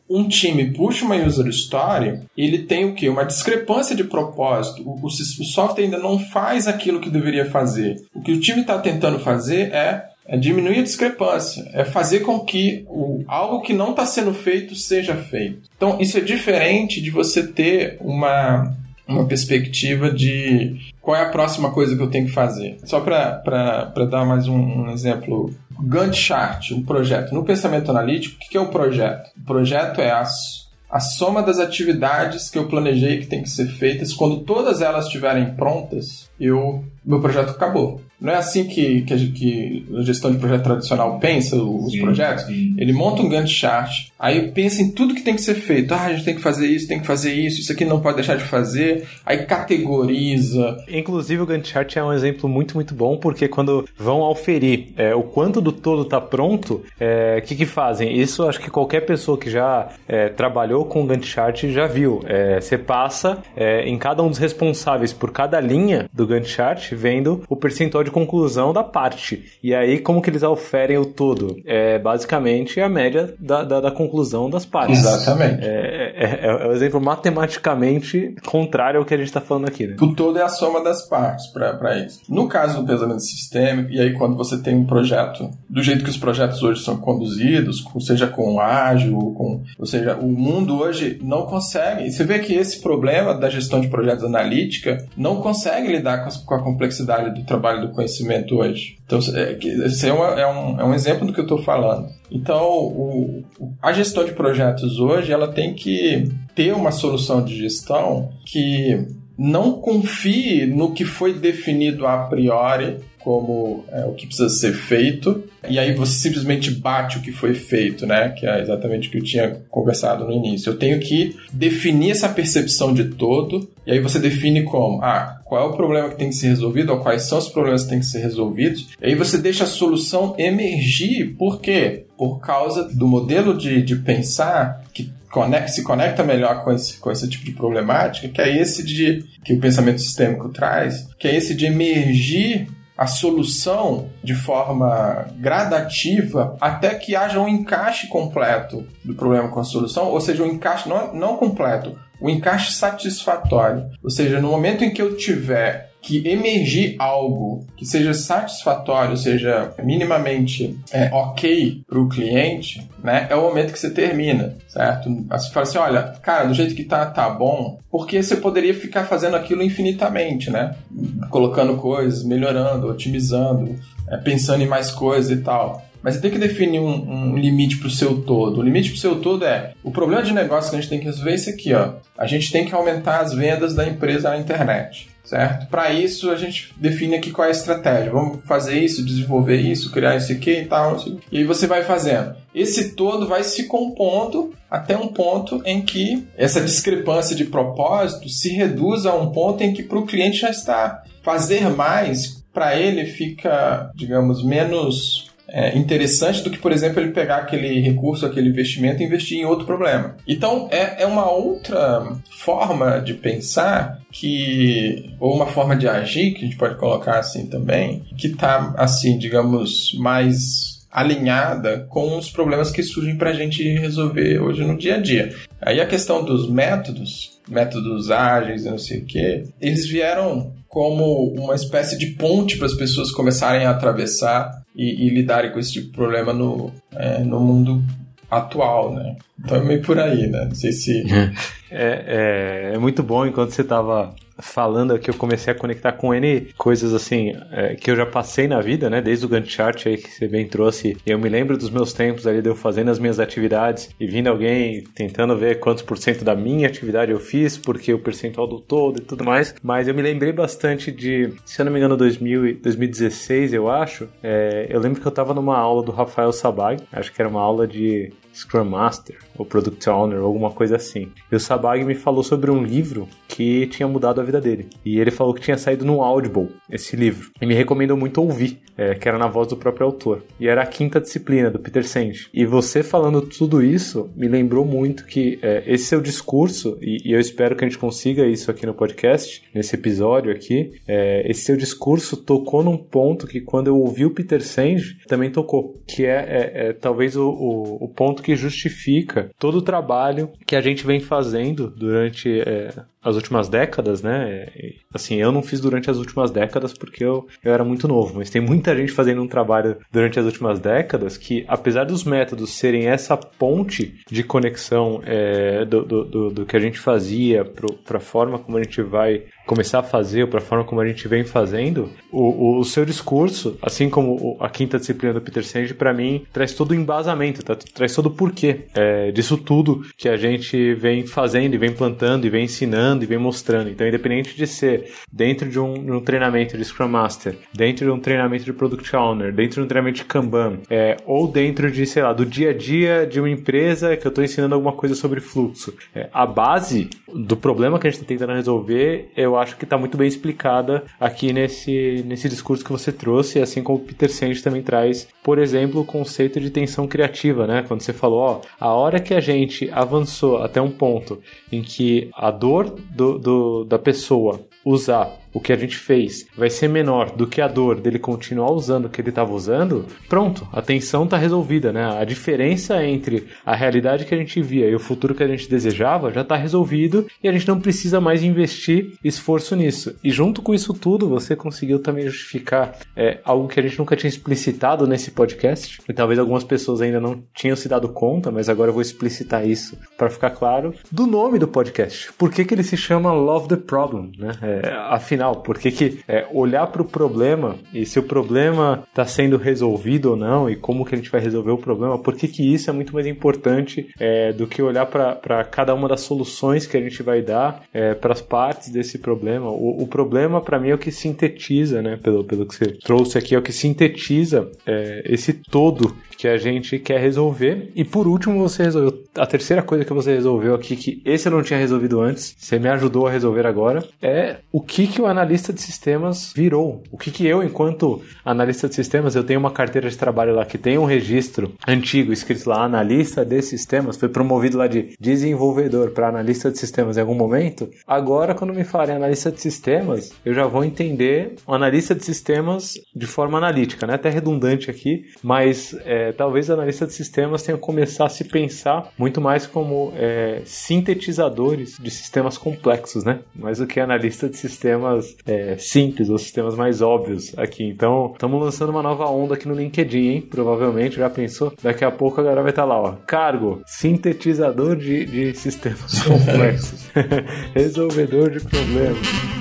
um time puxa uma user story, ele tem o quê? Uma discrepância de propósito. O, o, o software ainda não faz aquilo que deveria fazer. O que o time está tentando fazer é, é diminuir a discrepância, é fazer com que o, algo que não está sendo feito seja feito. Então, isso é diferente de você ter uma, uma perspectiva de qual é a próxima coisa que eu tenho que fazer. Só para dar mais um, um exemplo, Gantt chart, um projeto. No pensamento analítico, o que é o projeto? O projeto é a, a soma das atividades que eu planejei que tem que ser feitas. Quando todas elas estiverem prontas, eu, meu projeto acabou. Não é assim que, que, a, que a gestão de projeto tradicional pensa os sim, projetos. Sim. Ele monta um Gantt chart, aí pensa em tudo que tem que ser feito. Ah, a gente tem que fazer isso, tem que fazer isso, isso aqui não pode deixar de fazer. Aí categoriza. Inclusive o Gantt chart é um exemplo muito, muito bom, porque quando vão auferir é, o quanto do todo está pronto, o é, que, que fazem? Isso acho que qualquer pessoa que já é, trabalhou com o Gantt chart já viu. É, você passa é, em cada um dos responsáveis por cada linha do Gantt chart, vendo o percentual de conclusão da parte. E aí, como que eles auferem o todo? É basicamente a média da, da, da conclusão das partes. Exatamente. É, é, é, é um exemplo matematicamente contrário ao que a gente está falando aqui, né? O todo é a soma das partes para isso. No caso do pensamento sistêmico, e aí quando você tem um projeto, do jeito que os projetos hoje são conduzidos, seja com ágil, ou, com, ou seja, o mundo hoje não consegue. E você vê que esse problema da gestão de projetos analítica não consegue lidar com a, com a complexidade do trabalho do conhecimento hoje. Então, esse é, uma, é, um, é um exemplo do que eu estou falando. Então, o, a gestão de projetos hoje, ela tem que ter uma solução de gestão que não confie no que foi definido a priori como é, o que precisa ser feito, e aí você simplesmente bate o que foi feito, né? Que é exatamente o que eu tinha conversado no início. Eu tenho que definir essa percepção de todo, e aí você define como, ah, qual é o problema que tem que ser resolvido, ou quais são os problemas que tem que ser resolvidos, e aí você deixa a solução emergir. Por quê? Por causa do modelo de, de pensar que conecta, se conecta melhor com esse, com esse tipo de problemática, que é esse de, que o pensamento sistêmico traz, que é esse de emergir a solução de forma gradativa até que haja um encaixe completo do problema com a solução, ou seja, um encaixe não, não completo, um encaixe satisfatório. Ou seja, no momento em que eu tiver que emergir algo que seja satisfatório, seja minimamente é, ok para o cliente, né, é o momento que você termina, certo? Você fala assim, olha, cara, do jeito que tá, tá bom, porque você poderia ficar fazendo aquilo infinitamente, né? Colocando coisas, melhorando, otimizando, é, pensando em mais coisas e tal. Mas você tem que definir um, um limite para o seu todo. O limite para o seu todo é... O problema de negócio que a gente tem que resolver é esse aqui, ó. A gente tem que aumentar as vendas da empresa na internet, certo? Para isso, a gente define aqui qual é a estratégia. Vamos fazer isso, desenvolver isso, criar isso aqui e tal. E aí você vai fazendo. Esse todo vai se compondo até um ponto em que essa discrepância de propósito se reduz a um ponto em que para o cliente já está. Fazer mais, para ele, fica, digamos, menos... É interessante do que, por exemplo, ele pegar aquele recurso, aquele investimento e investir em outro problema. Então, é, é uma outra forma de pensar que, ou uma forma de agir, que a gente pode colocar assim também, que está, assim, digamos, mais alinhada com os problemas que surgem para a gente resolver hoje no dia a dia. Aí a questão dos métodos, métodos ágeis e não sei o quê, eles vieram como uma espécie de ponte para as pessoas começarem a atravessar e, e lidarem com esse tipo de problema no, é, no mundo atual, né? Então é meio por aí, né? Não sei se... É, é, é muito bom. Enquanto você estava falando aqui, eu comecei a conectar com N coisas assim, é, que eu já passei na vida, né? Desde o Gantt chart aí que você bem trouxe. E eu me lembro dos meus tempos ali de eu fazendo as minhas atividades e vindo alguém tentando ver quantos por cento da minha atividade eu fiz, porque o percentual do todo e tudo mais. Mas eu me lembrei bastante de, se eu não me engano, dois mil, dois mil e dezesseis, eu acho. É, eu lembro que eu estava numa aula do Rafael Sabag, acho que era uma aula de Scrum Master ou Product Owner, alguma coisa assim. E o Sabag me falou sobre um livro que tinha mudado a vida dele. E ele falou que tinha saído no Audible, esse livro. E me recomendou muito ouvir, é, que era na voz do próprio autor. E era a Quinta Disciplina, do Peter Senge. E você falando tudo isso, me lembrou muito que é, esse seu discurso, e, e eu espero que a gente consiga isso aqui no podcast, nesse episódio aqui, é, esse seu discurso tocou num ponto que quando eu ouvi o Peter Senge, também tocou. Que é, é, é talvez o, o, o ponto que justifica todo o trabalho que a gente vem fazendo durante é, as últimas décadas, né? Assim, eu não fiz durante as últimas décadas porque eu, eu era muito novo, mas tem muita gente fazendo um trabalho durante as últimas décadas que, apesar dos métodos serem essa ponte de conexão é, do, do, do, do que a gente fazia para a forma como a gente vai começar a fazer, ou para a forma como a gente vem fazendo, o, o, o seu discurso, assim como a Quinta Disciplina do Peter Senge, para mim, traz todo o embasamento, tá? Traz todo o porquê é, disso tudo que a gente vem fazendo, e vem plantando, e vem ensinando, e vem mostrando. Então, independente de ser dentro de um, de um treinamento de Scrum Master, dentro de um treinamento de Product Owner, dentro de um treinamento de Kanban, é, ou dentro de, sei lá, do dia a dia de uma empresa que eu estou ensinando alguma coisa sobre fluxo. É, a base do problema que a gente está tentando resolver, eu acho que está muito bem explicada aqui nesse, nesse discurso que você trouxe, assim como o Peter Senge também traz, por exemplo, o conceito de tensão criativa, né? Quando você falou, ó, a hora que a gente avançou até um ponto em que a dor do, do, da pessoa usar o que a gente fez vai ser menor do que a dor dele continuar usando o que ele estava usando, pronto, a tensão está resolvida, né? A diferença entre a realidade que a gente via e o futuro que a gente desejava já está resolvido e a gente não precisa mais investir esforço nisso. E junto com isso tudo, você conseguiu também justificar é, algo que a gente nunca tinha explicitado nesse podcast, e talvez algumas pessoas ainda não tinham se dado conta, mas agora eu vou explicitar isso para ficar claro, do nome do podcast. Por que que ele se chama Love the Problem, né? É, afinal, por que que é, olhar para o problema e se o problema está sendo resolvido ou não e como que a gente vai resolver o problema, por que que isso é muito mais importante é, do que olhar para cada uma das soluções que a gente vai dar é, para as partes desse problema. O, o problema, para mim, é o que sintetiza, né, pelo, pelo que você trouxe aqui, é o que sintetiza é, esse todo que a gente quer resolver. E por último, você resolveu, a terceira coisa que você resolveu aqui, que esse eu não tinha resolvido antes, você me ajudou a resolver agora, é o que que o analista de sistemas virou. O que que eu, enquanto analista de sistemas, eu tenho uma carteira de trabalho lá que tem um registro antigo, escrito lá, analista de sistemas, foi promovido lá de desenvolvedor para analista de sistemas em algum momento. Agora, quando me falarem analista de sistemas, eu já vou entender o analista de sistemas de forma analítica, né? Até redundante aqui, mas é, talvez o analista de sistemas tenha que começar a se pensar muito mais como é, sintetizadores de sistemas complexos, né? Mais do que analista de sistemas é, simples ou sistemas mais óbvios aqui. Então, estamos lançando uma nova onda aqui no LinkedIn, hein? Provavelmente, já pensou? Daqui a pouco a galera vai estar lá, ó. Cargo, sintetizador de, de sistemas complexos. Resolvedor de problemas.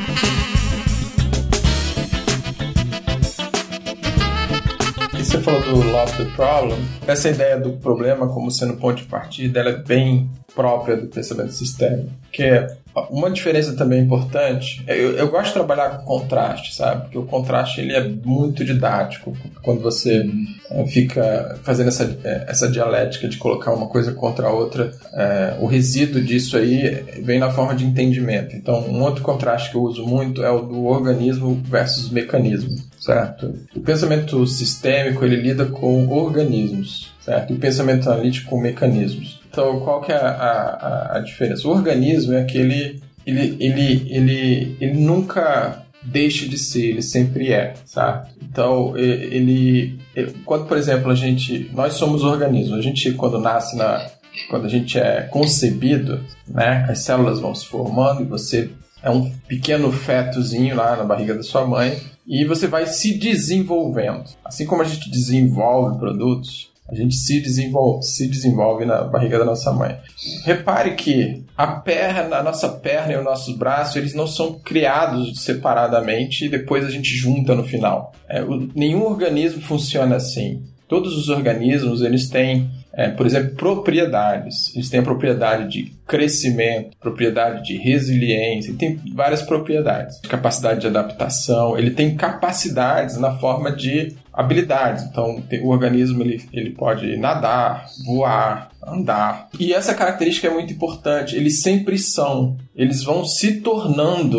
Você falou do Love the Problem. Essa ideia do problema como sendo ponto de partida, ela é bem própria do pensamento sistêmico. Que uma diferença também importante, eu, eu gosto de trabalhar com contraste, sabe? Porque o contraste ele é muito didático. Quando você é, fica fazendo essa, essa dialética de colocar uma coisa contra a outra, é, o resíduo disso aí vem na forma de entendimento. Então, um outro contraste que eu uso muito é o do organismo versus mecanismo, certo? O pensamento sistêmico, ele lida com organismos, certo? E o pensamento analítico com mecanismos. Então, qual que é a, a, a diferença? O organismo é aquele... Ele, ele, ele, ele nunca deixa de ser, ele sempre é, sabe? Então, ele, ele... Quando, por exemplo, a gente... Nós somos organismos. A gente, quando nasce na... Quando a gente é concebido, né? As células vão se formando e você é um pequeno fetozinho lá na barriga da sua mãe e você vai se desenvolvendo. Assim como a gente desenvolve produtos, a gente se desenvolve, se desenvolve na barriga da nossa mãe. Repare que a perna, a nossa perna e os nossos braços, eles não são criados separadamente e depois a gente junta no final. É, o, nenhum organismo funciona assim. Todos os organismos, eles têm, é, por exemplo, propriedades. Eles têm a propriedade de crescimento, propriedade de resiliência, ele tem várias propriedades. Capacidade de adaptação, ele tem capacidades na forma de habilidades. Então, tem, o organismo ele, ele pode nadar, voar, andar. E essa característica é muito importante. Eles sempre são, eles vão se tornando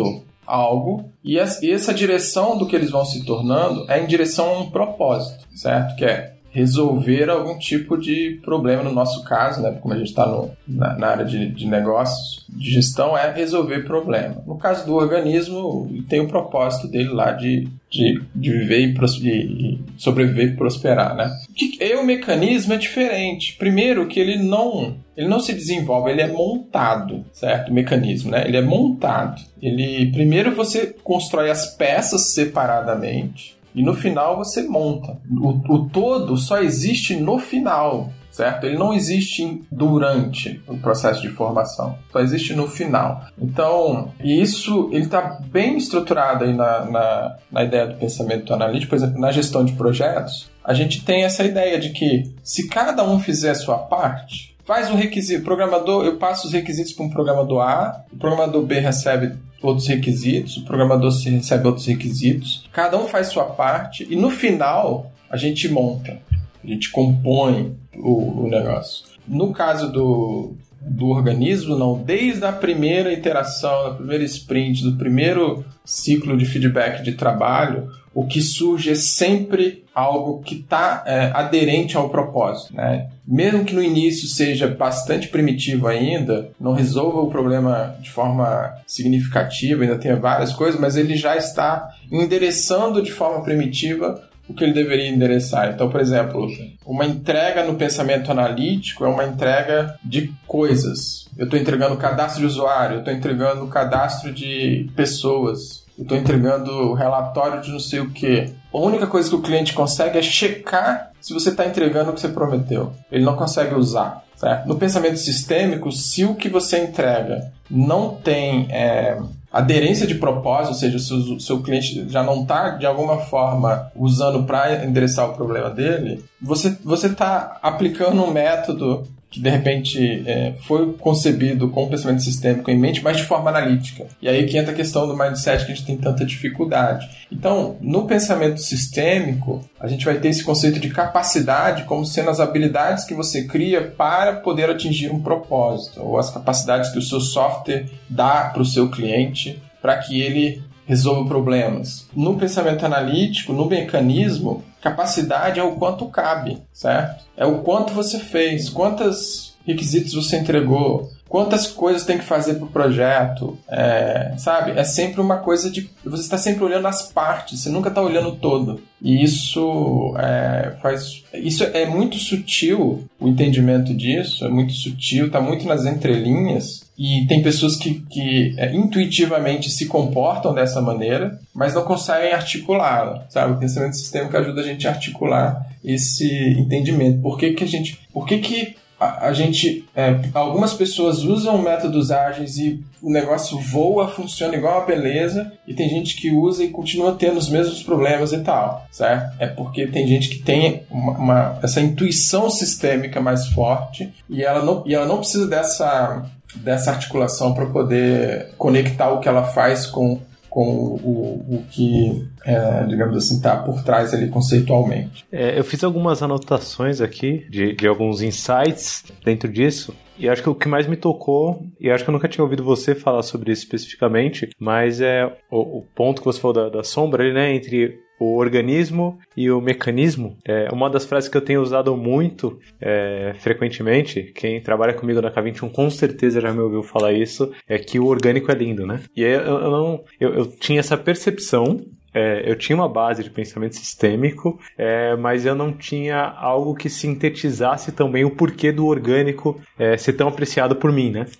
algo e essa direção do que eles vão se tornando é em direção a um propósito, certo? Que é resolver algum tipo de problema, no nosso caso, né? Como a gente está na, na área de, de negócios, de gestão, é resolver problema. No caso do organismo, tem o propósito dele lá de, de, de viver e, pros, e sobreviver e prosperar, né? E o mecanismo é diferente. Primeiro que ele não, ele não se desenvolve, ele é montado, certo? O mecanismo, né? Ele é montado. Ele, primeiro você constrói as peças separadamente, e no final você monta. O, o todo só existe no final, certo? Ele não existe durante o processo de formação, só existe no final. Então, isso ele está bem estruturado aí na, na, na ideia do pensamento analítico. Por exemplo, na gestão de projetos, a gente tem essa ideia de que se cada um fizer a sua parte, faz um requisito, programador, eu passo os requisitos para um programador A, o programador B recebe outros requisitos, o programador C recebe outros requisitos, cada um faz sua parte e no final a gente monta, a gente compõe o, o negócio. No caso do, do organismo, não, desde a primeira iteração, da primeira sprint, do primeiro ciclo de feedback de trabalho, o que surge é sempre algo que está é, aderente ao propósito, né? Mesmo que no início seja bastante primitivo ainda, não resolva o problema de forma significativa, ainda tenha várias coisas, mas ele já está endereçando de forma primitiva o que ele deveria endereçar. Então, por exemplo, uma entrega no pensamento analítico é uma entrega de coisas. Eu estou entregando cadastro de usuário, eu estou entregando cadastro de pessoas, eu estou entregando relatório de não sei o quê. A única coisa que o cliente consegue é checar se você está entregando o que você prometeu. Ele não consegue usar, certo? No pensamento sistêmico, se o que você entrega não tem é, aderência de propósito, ou seja, se o seu cliente já não está, de alguma forma, usando para endereçar o problema dele, você você está aplicando um método que, de repente, é, foi concebido com o pensamento sistêmico em mente, mas de forma analítica. E aí que entra a questão do mindset que a gente tem tanta dificuldade. Então, no pensamento sistêmico, a gente vai ter esse conceito de capacidade como sendo as habilidades que você cria para poder atingir um propósito, ou as capacidades que o seu software dá para o seu cliente para que ele resolva problemas. No pensamento analítico, no mecanismo, capacidade é o quanto cabe, certo? É o quanto você fez, quantos requisitos você entregou, quantas coisas tem que fazer para o projeto, é, sabe? É sempre uma coisa de... Você está sempre olhando as partes, você nunca está olhando o todo. E isso é, faz... Isso é muito sutil, o entendimento disso, é muito sutil, está muito nas entrelinhas. E tem pessoas que, que é, intuitivamente se comportam dessa maneira, mas não conseguem articulá-la, sabe? O pensamento sistêmico ajuda a gente a articular esse entendimento. Por que que a gente... Por que que a, a gente... É, algumas pessoas usam métodos ágeis e o negócio voa, funciona igual uma beleza, e tem gente que usa e continua tendo os mesmos problemas e tal, certo? É porque tem gente que tem uma, uma, essa intuição sistêmica mais forte e ela não, e ela não precisa dessa... dessa articulação para poder conectar o que ela faz com, com o, o que, é, digamos assim, está por trás ali conceitualmente. É, eu fiz algumas anotações aqui de, de alguns insights dentro disso. E acho que o que mais me tocou, e acho que eu nunca tinha ouvido você falar sobre isso especificamente, mas é o, o ponto que você falou da, da sombra ali, né, entre o organismo e o mecanismo. É uma das frases que eu tenho usado muito é, frequentemente, quem trabalha comigo na K vinte e um com certeza já me ouviu falar isso, é que o orgânico é lindo, né? E eu, eu, não, eu, eu tinha essa percepção. É, eu tinha uma base de pensamento sistêmico, é, mas eu não tinha algo que sintetizasse também o porquê do orgânico é, ser tão apreciado por mim, né?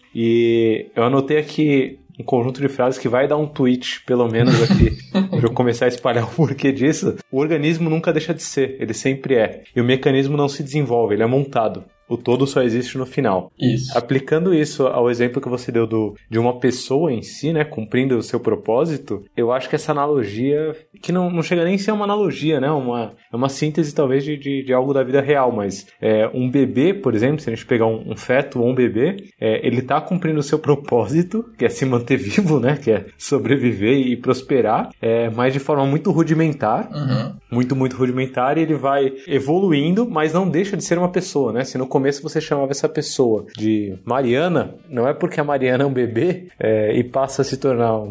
E eu anotei aqui um conjunto de frases que vai dar um tweet, pelo menos aqui, para eu começar a espalhar o porquê disso. O organismo nunca deixa de ser, ele sempre é. E o mecanismo não se desenvolve, ele é montado. O todo só existe no final. Isso. Aplicando isso ao exemplo que você deu do, de uma pessoa em si, né, cumprindo o seu propósito, eu acho que essa analogia, que não, não chega nem a ser uma analogia, né, uma, é uma síntese talvez de, de, de algo da vida real, mas é, um bebê, por exemplo, se a gente pegar um, um feto ou um bebê, é, ele está cumprindo o seu propósito, que é se manter vivo, né, que é sobreviver e prosperar, é, mas de forma muito rudimentar, uhum. muito, muito rudimentar, e ele vai evoluindo, mas não deixa de ser uma pessoa, né, se no começo você chamava essa pessoa de Mariana, não é porque a Mariana é um bebê é, e passa a se tornar uma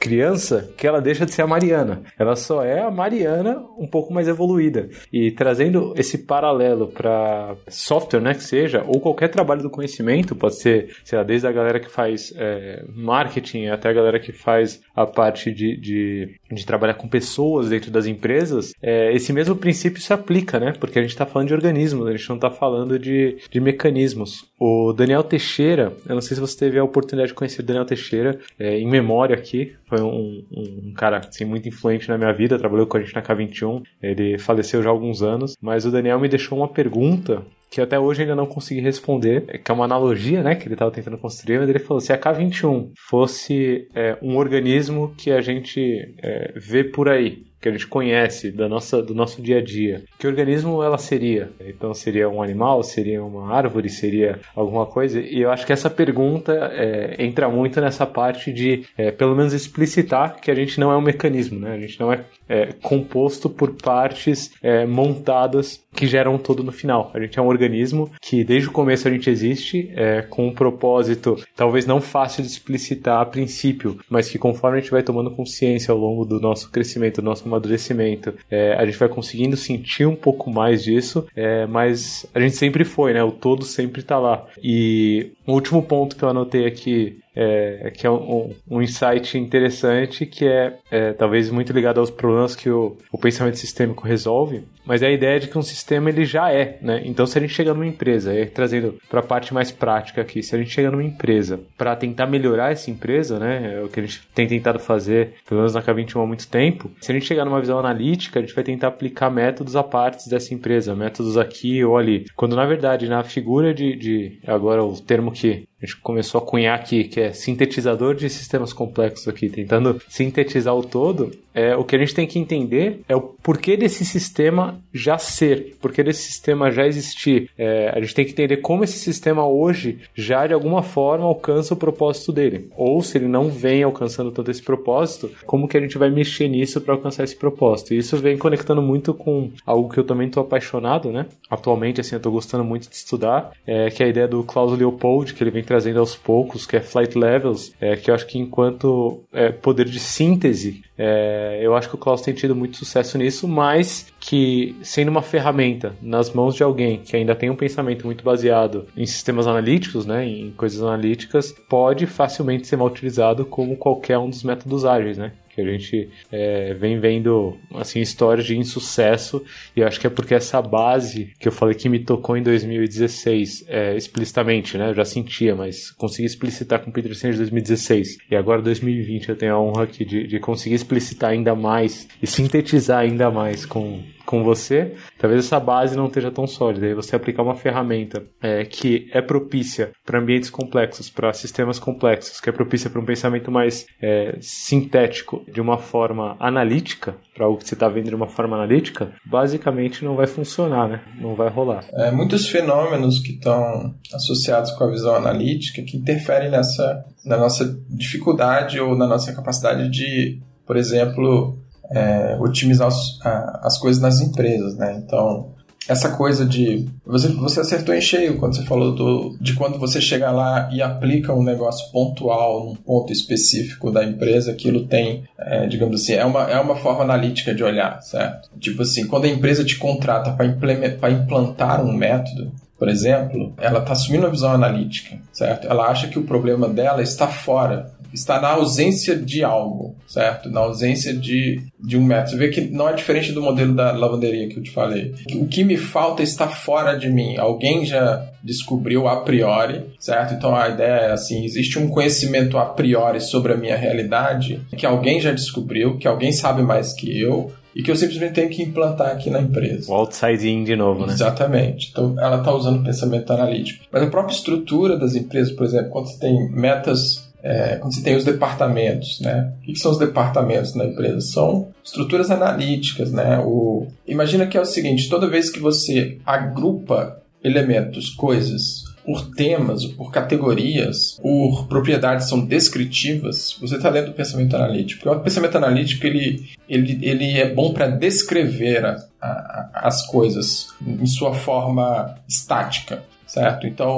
criança que ela deixa de ser a Mariana. Ela só é a Mariana um pouco mais evoluída. E trazendo esse paralelo para software, né, que seja, ou qualquer trabalho do conhecimento, pode ser, sei lá, desde a galera que faz é, marketing até a galera que faz a parte de, de, de trabalhar com pessoas dentro das empresas, é, esse mesmo princípio se aplica, né? Porque a gente está falando de organismos, a gente não está falando de, de mecanismos. O Daniel Teixeira, eu não sei se você teve a oportunidade de conhecer o Daniel Teixeira, é, em memória aqui, foi um, um, um cara assim, muito influente na minha vida, trabalhou com a gente na K vinte e um, ele faleceu já há alguns anos, mas o Daniel me deixou uma pergunta que até hoje ainda não consegui responder, que é uma analogia, né, que ele estava tentando construir, mas ele falou, se a K vinte e um fosse é, um organismo que a gente é, vê por aí, que a gente conhece da nossa, do nosso dia a dia, que organismo ela seria? Então seria um animal, seria uma árvore, seria alguma coisa? E eu acho que essa pergunta é, entra muito nessa parte de, é, pelo menos explicitar que a gente não é um mecanismo, né? A gente não é, é composto por partes é, montadas que geram todo no final. A gente é um organismo que desde o começo a gente existe, é, com um propósito talvez não fácil de explicitar a princípio, mas que conforme a gente vai tomando consciência ao longo do nosso crescimento, do nosso amadurecimento, é, a gente vai conseguindo sentir um pouco mais disso, é, mas a gente sempre foi, né? O todo sempre tá lá. E o último ponto que eu anotei aqui, É, que é um, um insight interessante, que é, é talvez muito ligado aos problemas que o, o pensamento sistêmico resolve, mas é a ideia de que um sistema ele já é, né? Então se a gente chega numa empresa, aí, trazendo para a parte mais prática aqui, se a gente chega numa empresa para tentar melhorar essa empresa, né? É o que a gente tem tentado fazer, pelo menos na K vinte e um há muito tempo, se a gente chegar numa visão analítica, a gente vai tentar aplicar métodos a partes dessa empresa, métodos aqui ou ali, quando na verdade na figura de, de agora o termo que a gente começou a cunhar aqui, que é sintetizador de sistemas complexos aqui, tentando sintetizar o todo, é, o que a gente tem que entender é o porquê desse sistema já ser, porquê desse sistema já existir. É, a gente tem que entender como esse sistema hoje já de alguma forma alcança o propósito dele, ou se ele não vem alcançando todo esse propósito, como que a gente vai mexer nisso para alcançar esse propósito. E isso vem conectando muito com algo que eu também estou apaixonado, né? Atualmente, assim, eu estou gostando muito de estudar, é, que é a ideia do Klaus Leopold, que ele vem trazendo aos poucos, que é Flight Levels, é, que eu acho que enquanto é, poder de síntese, é, eu acho que o Klaus tem tido muito sucesso nisso, mas que sendo uma ferramenta nas mãos de alguém que ainda tem um pensamento muito baseado em sistemas analíticos, né, em coisas analíticas, pode facilmente ser mal utilizado como qualquer um dos métodos ágeis, né? Que a gente é, vem vendo assim, histórias de insucesso, e eu acho que é porque essa base que eu falei que me tocou em dois mil e dezesseis é, explicitamente, né? Eu já sentia, mas consegui explicitar com o Peter Senge de dois mil e dezesseis, e agora dois mil e vinte eu tenho a honra aqui de, de conseguir explicitar ainda mais e sintetizar ainda mais com com você, talvez essa base não esteja tão sólida, e você aplicar uma ferramenta é, que é propícia para ambientes complexos, para sistemas complexos, que é propícia para um pensamento mais é, sintético, de uma forma analítica, para algo que você está vendo de uma forma analítica, basicamente não vai funcionar, né? Não vai rolar. É, muitos fenômenos que estão associados com a visão analítica que interferem nessa, na nossa dificuldade ou na nossa capacidade de, por exemplo, É, otimizar os, a, as coisas nas empresas, né? Então, essa coisa de... Você, você acertou em cheio quando você falou do, de quando você chega lá e aplica um negócio pontual num ponto específico da empresa, aquilo tem, é, digamos assim, é uma, é uma forma analítica de olhar, certo? Tipo assim, quando a empresa te contrata para implantar um método, por exemplo, ela está assumindo uma visão analítica, certo? Ela acha que o problema dela está fora, está na ausência de algo, certo? Na ausência de, de um método. Você vê que não é diferente do modelo da lavanderia que eu te falei. O que me falta está fora de mim. Alguém já descobriu a priori, certo? Então a ideia é assim, existe um conhecimento a priori sobre a minha realidade que alguém já descobriu, que alguém sabe mais que eu, e que eu simplesmente tenho que implantar aqui na empresa. O outside in de novo, né? Exatamente. Então, ela está usando o pensamento analítico. Mas a própria estrutura das empresas, por exemplo, quando você tem metas, é, quando você tem os departamentos, né? O que são os departamentos na empresa? São estruturas analíticas, né? O... Imagina que é o seguinte, toda vez que você agrupa elementos, coisas, por temas, por categorias, por propriedades são descritivas, você está lendo o pensamento analítico. Porque o pensamento analítico ele, ele, ele é bom para descrever a, a, as coisas em sua forma estática, certo? Então,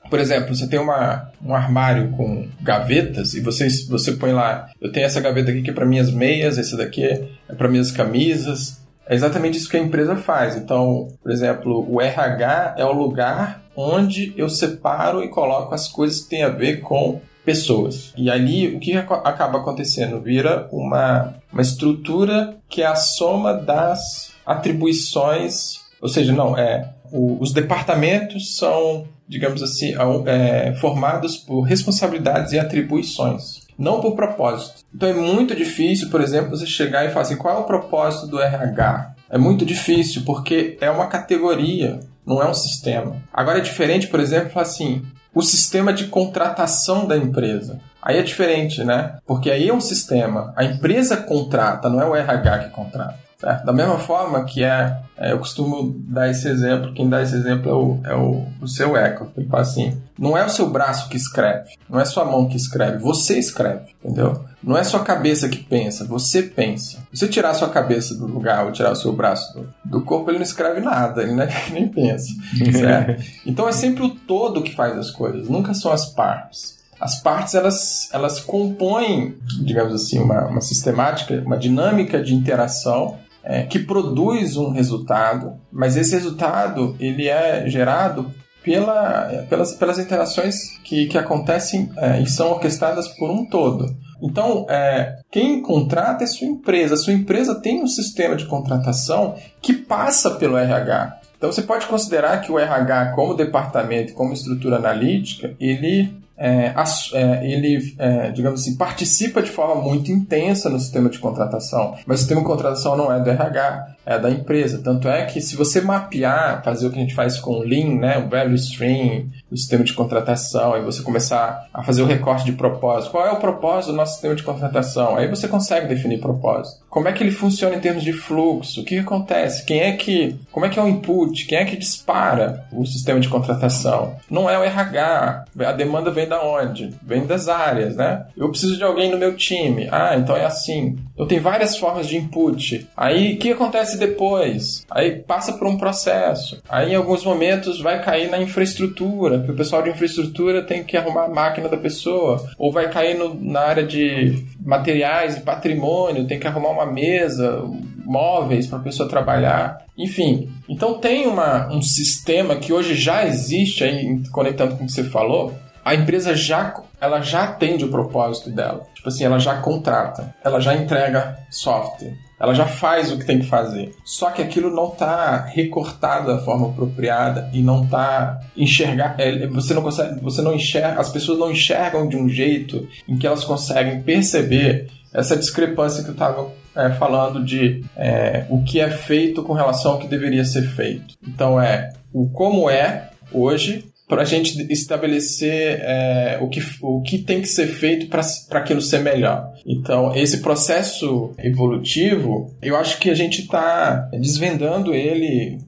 Por exemplo, você tem uma, um armário com gavetas e você, você põe lá, eu tenho essa gaveta aqui que é para minhas meias, essa daqui é para minhas camisas. É exatamente isso que a empresa faz. Então, por exemplo, o R H é o lugar onde eu separo e coloco as coisas que têm a ver com pessoas. E ali, o que acaba acontecendo? Vira uma, uma estrutura que é a soma das atribuições, ou seja, não, é, o, os departamentos são, digamos assim, é, formados por responsabilidades e atribuições, não por propósito. Então é muito difícil, por exemplo, você chegar e falar assim, qual é o propósito do R H? É muito difícil, porque é uma categoria, não é um sistema. Agora é diferente, por exemplo, falar assim, o sistema de contratação da empresa. Aí é diferente, né? Porque aí é um sistema. A empresa contrata, não é o R H que contrata. Certo? Da mesma forma que é, é, eu costumo dar esse exemplo, quem dá esse exemplo é o, é o, o seu Eco. Ele fala assim, não é o seu braço que escreve, não é sua mão que escreve, você escreve, entendeu? Não é sua cabeça que pensa, você pensa. Se você tirar a sua cabeça do lugar ou tirar o seu braço do, do corpo, ele não escreve nada, ele nem, nem pensa, certo? Então é sempre o todo que faz as coisas, nunca são as partes. As partes, elas, elas compõem, digamos assim, uma, uma sistemática, uma dinâmica de interação é, que produz um resultado, mas esse resultado ele é gerado pela, pelas, pelas interações que, que acontecem é, e são orquestradas por um todo. Então, é, quem contrata é sua empresa. A sua empresa tem um sistema de contratação que passa pelo R H. Então, você pode considerar que o R H, como departamento, como estrutura analítica, ele... É, é, ele, é, digamos assim, participa de forma muito intensa no sistema de contratação, mas o sistema de contratação não é do R H, é da empresa. Tanto é que se você mapear, fazer o que a gente faz com o Lean, né, o Value Stream, o sistema de contratação, e você começar a fazer o recorte de propósito. Qual é o propósito do nosso sistema de contratação? Aí você consegue definir propósito. Como é que ele funciona em termos de fluxo? O que acontece? Quem é que, como é que é o input? Quem é que dispara o sistema de contratação? Não é o R H. A demanda vem da onde? Vem das áreas, né? Eu preciso de alguém no meu time. Ah, então é assim. Então tem várias formas de input. Aí, o que acontece depois? Aí passa por um processo. Aí, em alguns momentos, vai cair na infraestrutura, porque o pessoal de infraestrutura tem que arrumar a máquina da pessoa. Ou vai cair no, na área de materiais e patrimônio, tem que arrumar uma mesa, móveis para a pessoa trabalhar. Enfim, então tem uma, um sistema que hoje já existe, aí, conectando com o que você falou. A empresa já, ela já atende o propósito dela. Tipo assim, ela já contrata, ela já entrega software, ela já faz o que tem que fazer. Só que aquilo não está recortado da forma apropriada e não está enxergar. É, você não consegue, você não enxerga, as pessoas não enxergam de um jeito em que elas conseguem perceber essa discrepância que eu estava é, falando de é, o que é feito com relação ao que deveria ser feito. Então é o como é hoje, para a gente estabelecer é, o, que, o que tem que ser feito para aquilo ser melhor. Então, esse processo evolutivo, eu acho que a gente está desvendando ele,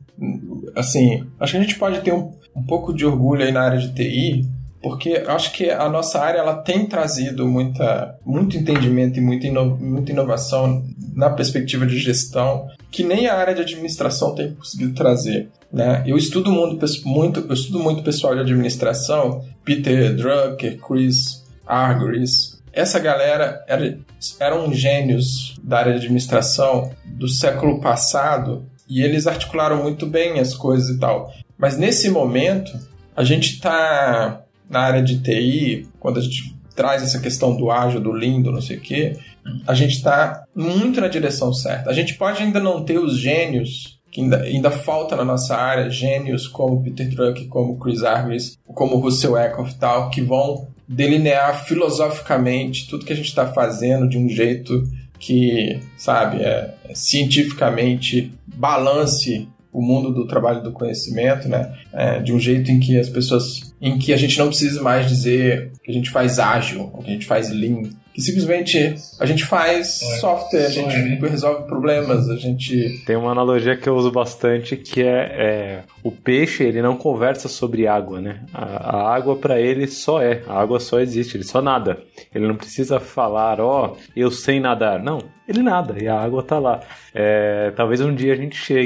assim, acho que a gente pode ter um, um pouco de orgulho aí na área de T I, porque eu acho que a nossa área ela tem trazido muita, muito entendimento e muita, ino, muita inovação na perspectiva de gestão, que nem a área de administração tem conseguido trazer. Né? Eu estudo muito, muito, eu estudo muito pessoal de administração, Peter Drucker, Chris Argyris. Essa galera era, eram gênios da área de administração do século passado e eles articularam muito bem as coisas e tal. Mas nesse momento, a gente está na área de T I, quando a gente traz essa questão do ágil, do Lean, do não sei o quê, a gente está muito na direção certa. A gente pode ainda não ter os gênios que ainda, ainda falta na nossa área, gênios como Peter Drucker, como Chris Argyris, como Russell Eckhoff e tal, que vão delinear filosoficamente tudo que a gente está fazendo de um jeito que, sabe, é, é, cientificamente balance o mundo do trabalho e do conhecimento, né? É, de um jeito em que as pessoas, em que a gente não precisa mais dizer que a gente faz ágil, ou que a gente faz lean, que simplesmente a gente faz é, software, a gente é. resolve problemas, a gente... Tem uma analogia que eu uso bastante, que é, é o peixe, ele não conversa sobre água, né? A, a água para ele só é, a água só existe, ele só nada. Ele não precisa falar, ó, oh, eu sei nadar. Não, ele nada, e a água tá lá. É, talvez um dia a gente chegue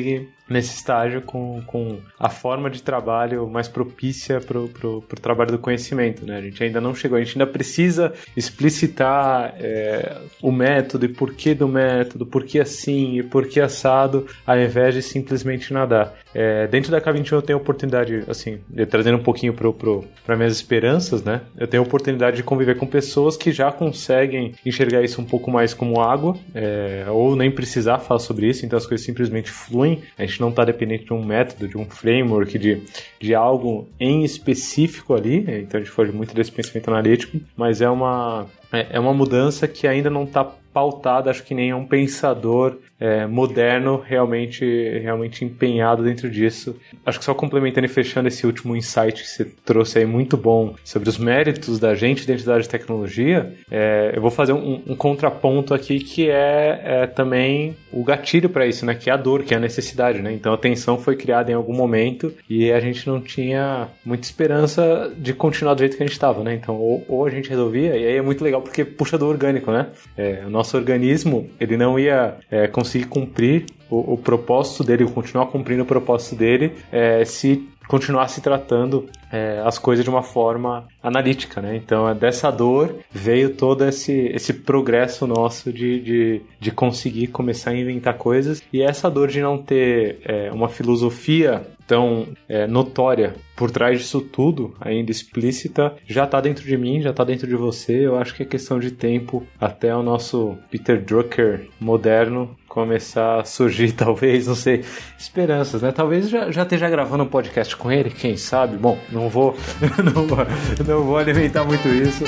nesse estágio com, com a forma de trabalho mais propícia para o trabalho do conhecimento, né? A gente ainda não chegou, a gente ainda precisa explicitar é, o método e porquê do método, porquê assim e porquê assado, ao invés de simplesmente nadar. É, dentro da K vinte e um eu tenho a oportunidade, assim, de, trazendo um pouquinho para minhas esperanças, né? Eu tenho a oportunidade de conviver com pessoas que já conseguem enxergar isso um pouco mais como água, é, ou nem precisar falar sobre isso, então as coisas simplesmente fluem. A gente não está dependente de um método, de um framework, de, de algo em específico ali, então a gente foge muito desse pensamento analítico, mas é uma, é, é uma mudança que ainda não está pautada, acho que nem é um pensador é, moderno realmente, realmente empenhado dentro disso. Acho que só complementando e fechando esse último insight que você trouxe aí, muito bom, sobre os méritos da gente dentro da área de tecnologia, é, eu vou fazer um, um contraponto aqui que é, é também o gatilho para isso, né? Que é a dor, que é a necessidade, né? Então a tensão foi criada em algum momento e a gente não tinha muita esperança de continuar do jeito que a gente estava, né? Então ou, ou a gente resolvia, e aí é muito legal porque puxa do orgânico, né? É, o nosso organismo, ele não ia é, conseguir cumprir o, o propósito dele, continuar cumprindo o propósito dele, é, se continuar se tratando é, as coisas de uma forma analítica, né? Então, dessa dor veio todo esse, esse progresso nosso de, de, de conseguir começar a inventar coisas, e essa dor de não ter é, uma filosofia tão é, notória por trás disso tudo, ainda explícita, já está dentro de mim, já está dentro de você. Eu acho que é questão de tempo até o nosso Peter Drucker moderno começar a surgir, talvez, não sei, esperanças, né? Talvez já, já esteja gravando um podcast com ele, quem sabe? Bom, não vou, não vou, não vou alimentar muito isso.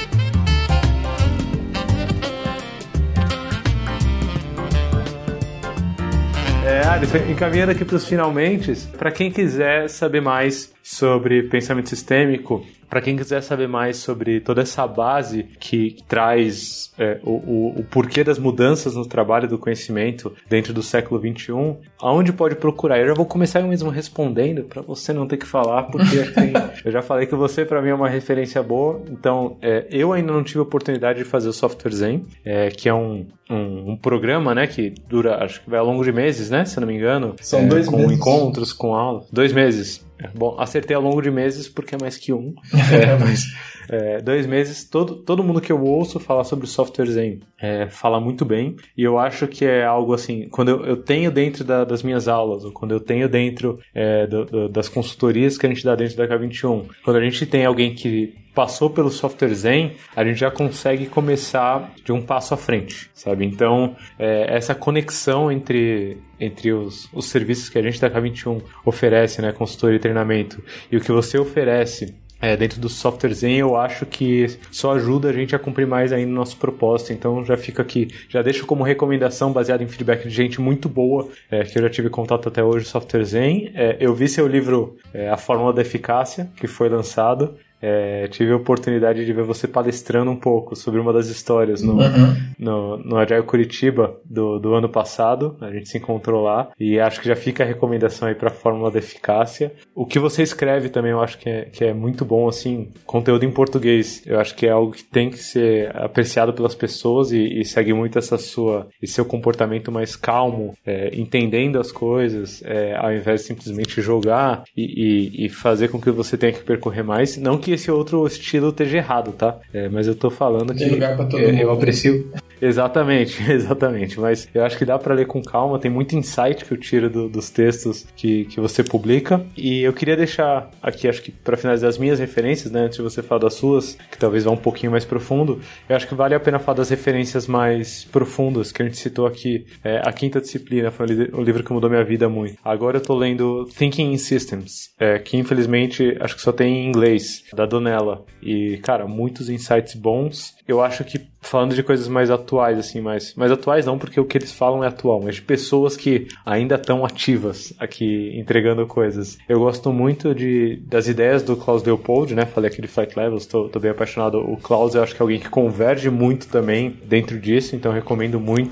É, Alisson, encaminhando aqui para os finalmente, para quem quiser saber mais sobre pensamento sistêmico, para quem quiser saber mais sobre toda essa base que, que traz é, o, o, o porquê das mudanças no trabalho do conhecimento dentro do século vinte e um, aonde pode procurar? Eu já vou começar eu mesmo respondendo, para você não ter que falar, porque assim, eu já falei que você, para mim, é uma referência boa. Então, é, eu ainda não tive a oportunidade de fazer o Software Zen, é, que é um, um, um programa, né, que dura, acho que vai ao longo de meses, né, se não me engano. São é, dois com meses. Com encontros, com aulas. Dois meses. Bom, acertei ao longo de meses porque é mais que um. É, mas é, dois meses, todo, todo mundo que eu ouço falar sobre software Zen é, fala muito bem. E eu acho que é algo assim, quando eu, eu tenho dentro da, das minhas aulas, ou quando eu tenho dentro é, do, do, das consultorias que a gente dá dentro da K vinte e um, quando a gente tem alguém que passou pelo software Zen, a gente já consegue começar de um passo à frente, sabe? Então, é, essa conexão entre, entre os, os serviços que a gente da K vinte e um oferece, né, consultoria e treinamento, e o que você oferece É, dentro do software Zen, eu acho que só ajuda a gente a cumprir mais ainda o nosso propósito. Então já fica aqui, já deixo como recomendação baseada em feedback de gente muito boa, é, que eu já tive contato até hoje, software Zen. É, eu vi seu livro, é, A Fórmula da Eficácia, que foi lançado. É, tive a oportunidade de ver você palestrando um pouco sobre uma das histórias no, uhum. no, no Agile Curitiba do, do ano passado. A gente se encontrou lá e acho que já fica a recomendação aí para a Fórmula da Eficácia. O que você escreve também eu acho que é, que é muito bom, assim, conteúdo em português. Eu acho que é algo que tem que ser apreciado pelas pessoas e, e segue muito essa sua, esse seu comportamento mais calmo, é, entendendo as coisas, é, ao invés de simplesmente jogar e, e, e fazer com que você tenha que percorrer mais. Não que que esse outro estilo esteja errado, tá? É, mas eu tô falando Tem que lugar pra todo eu, mundo, eu aprecio. Né? Exatamente, exatamente. Mas eu acho que dá pra ler com calma, tem muito insight que eu tiro do, dos textos que, que você publica. E eu queria deixar aqui, acho que pra finalizar as minhas referências, né? Antes de você falar das suas, que talvez vá um pouquinho mais profundo, eu acho que vale a pena falar das referências mais profundas que a gente citou aqui. É, A Quinta Disciplina foi o livro que mudou minha vida muito. Agora eu tô lendo Thinking in Systems, é, que infelizmente acho que só tem em inglês, da Donella. E, cara, muitos insights bons. Eu acho que, falando de coisas mais atuais, assim, mais, mais atuais não, porque o que eles falam é atual, mas de pessoas que ainda estão ativas aqui, entregando coisas. Eu gosto muito de, das ideias do Klaus Leopold, né? Falei aqui de Flight Levels, tô, tô bem apaixonado. O Klaus, eu acho que é alguém que converge muito também dentro disso, então eu recomendo muito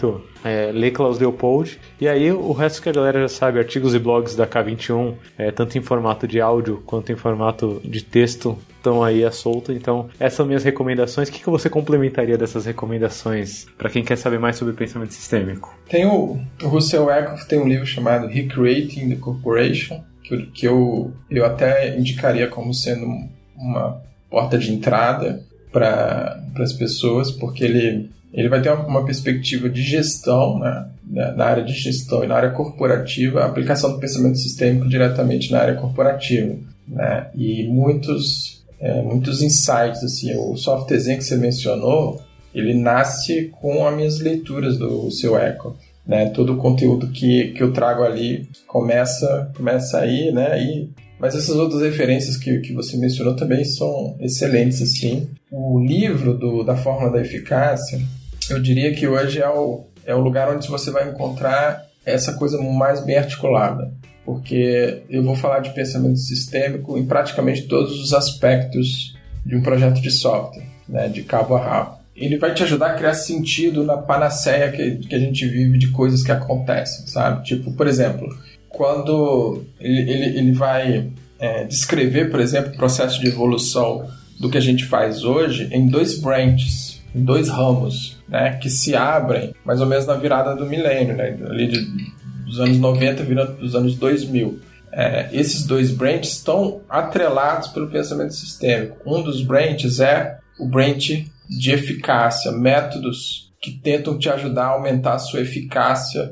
é, lê Klaus Leopold. E aí o resto que a galera já sabe, artigos e blogs da K vinte e um, é, tanto em formato de áudio quanto em formato de texto, estão aí à solta. Então, essas são minhas recomendações. O que, que você complementaria dessas recomendações para quem quer saber mais sobre pensamento sistêmico? Tem o, o Russell Eckhoff tem um livro chamado Recreating the Corporation, que, eu, que eu, eu até indicaria como sendo uma porta de entrada para as pessoas, porque ele, ele vai ter uma, uma perspectiva de gestão, né, na área de gestão e na área corporativa, a aplicação do pensamento sistêmico diretamente na área corporativa, né, e muitos, é, muitos insights, assim, o software Zen que você mencionou, ele nasce com as minhas leituras do seu Eckhoff, né, todo o conteúdo que, que eu trago ali começa, começa aí, né, e mas essas outras referências que, que você mencionou também são excelentes, assim. O livro do, da Fórmula da Eficácia, eu diria que hoje é o, é o lugar onde você vai encontrar essa coisa mais bem articulada. Porque eu vou falar de pensamento sistêmico em praticamente todos os aspectos de um projeto de software, né, de cabo a rabo. Ele vai te ajudar a criar sentido na panaceia que, que a gente vive de coisas que acontecem, sabe? Tipo, por exemplo, quando ele, ele, ele vai é, descrever, por exemplo, o processo de evolução do que a gente faz hoje em dois branches, em dois ramos, né, que se abrem mais ou menos na virada do milênio, né, ali de, dos anos noventa virando para os anos dois mil. É, esses dois branches estão atrelados pelo pensamento sistêmico. Um dos branches é o branch de eficácia, métodos que tentam te ajudar a aumentar a sua eficácia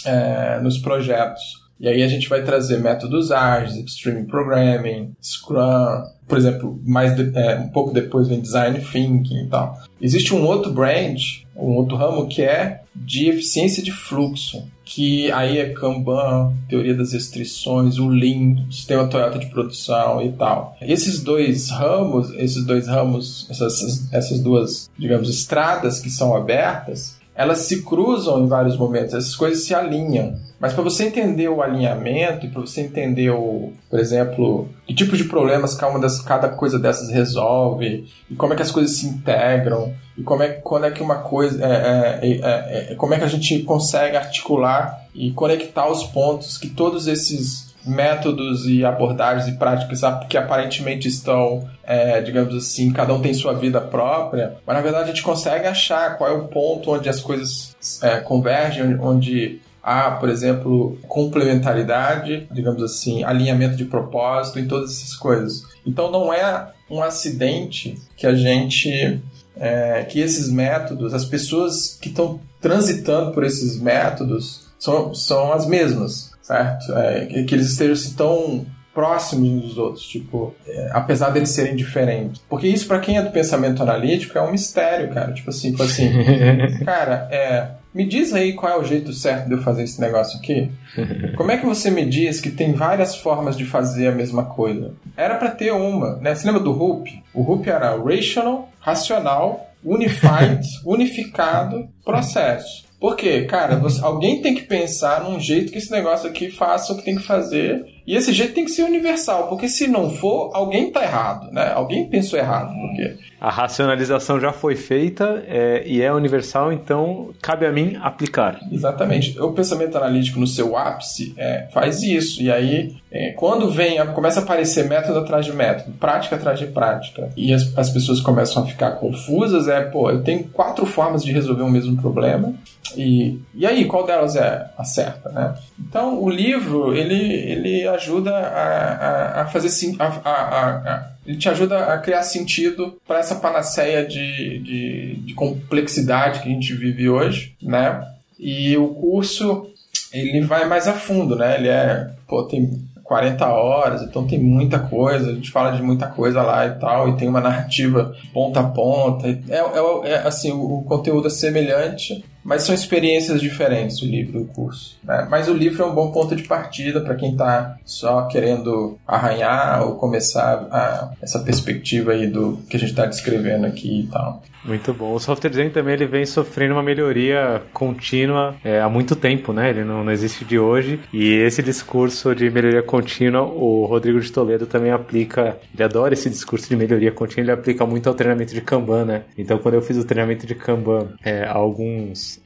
é, nos projetos. E aí a gente vai trazer métodos ágeis, Extreme Programming, Scrum, por exemplo, mais de, é, um pouco depois vem Design Thinking e tal. Existe um outro branch, um outro ramo que é de eficiência de fluxo, que aí é Kanban, teoria das restrições, o Lean, sistema Toyota de produção e tal. Esses dois ramos, esses dois ramos, essas, essas duas, digamos, estradas que são abertas, elas se cruzam em vários momentos, essas coisas se alinham. Mas para você entender o alinhamento, para você entender, o, por exemplo, que tipo de problemas cada, uma das, cada coisa dessas resolve, e como é que as coisas se integram, e como é, quando é que uma coisa, é, é, é, é, como é que a gente consegue articular e conectar os pontos que todos esses métodos e abordagens e práticas que aparentemente estão, é, digamos assim, cada um tem sua vida própria, mas na verdade a gente consegue achar qual é o ponto onde as coisas é, convergem, onde há, por exemplo, complementaridade, digamos assim, alinhamento de propósito em todas essas coisas. Então não é um acidente que a gente, é, que esses métodos, as pessoas que estão transitando por esses métodos são, são as mesmas, certo? É, que eles estejam assim, tão próximos uns dos outros, tipo, é, apesar deles serem diferentes. Porque isso, para quem é do pensamento analítico, é um mistério, cara. Tipo assim, tipo assim cara, é... me diz aí qual é o jeito certo de eu fazer esse negócio aqui. Como é que você me diz que tem várias formas de fazer a mesma coisa? Era para ter uma, né? Você lembra do Hoop? O Hoop era rational, racional, unified, unificado, processo. Por quê? Cara, você, alguém tem que pensar num jeito que esse negócio aqui faça o que tem que fazer. E esse jeito tem que ser universal, porque se não for, alguém tá errado, né? Alguém pensou errado, porque... A racionalização já foi feita é, e é universal, então cabe a mim aplicar. Exatamente. O pensamento analítico no seu ápice é, faz isso. E aí, é, quando vem, começa a aparecer método atrás de método, prática atrás de prática, e as, as pessoas começam a ficar confusas, é, pô, eu tenho quatro formas de resolver o mesmo problema, e, e aí, qual delas é a certa, né? Então, o livro, ele, ele ajuda a, a, a fazer... A, a, a, a, ele te ajuda a criar sentido para essa panaceia de, de, de complexidade que a gente vive hoje, né? E o curso, ele vai mais a fundo, né? Ele é, pô, tem quarenta horas, então tem muita coisa, a gente fala de muita coisa lá e tal, e tem uma narrativa ponta a ponta. É, é, é assim, o, o conteúdo é semelhante, mas são experiências diferentes, o livro e o curso, né? Mas o livro é um bom ponto de partida para quem está só querendo arranhar ou começar a, essa perspectiva aí do que a gente está descrevendo aqui e tal. Muito bom. O Software Zen também ele vem sofrendo uma melhoria contínua é, há muito tempo, né? Ele não, não existe de hoje. E esse discurso de melhoria contínua, o Rodrigo de Toledo também aplica. Ele adora esse discurso de melhoria contínua, ele aplica muito ao treinamento de Kanban, né? Então, quando eu fiz o treinamento de Kanban é, há alguns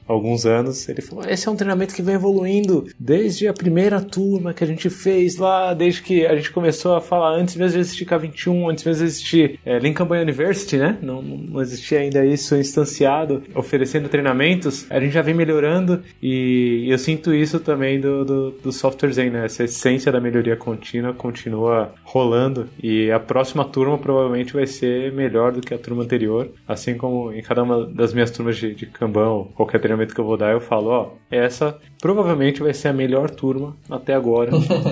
alguns anos, ele falou, esse é um treinamento que vem evoluindo desde a primeira turma que a gente fez lá, desde que a gente começou a falar, antes mesmo de existir K vinte e um, antes mesmo de existir é, Lincoln University, né? Não, não existia ainda isso instanciado, oferecendo treinamentos, a gente já vem melhorando e eu sinto isso também do, do, do Software Zen, né? Essa essência da melhoria contínua continua rolando e a próxima turma provavelmente vai ser melhor do que a turma anterior, assim como em cada uma das minhas turmas de, de Kanban ou qualquer treinamento que eu vou dar, eu falo, ó, essa provavelmente vai ser a melhor turma até agora,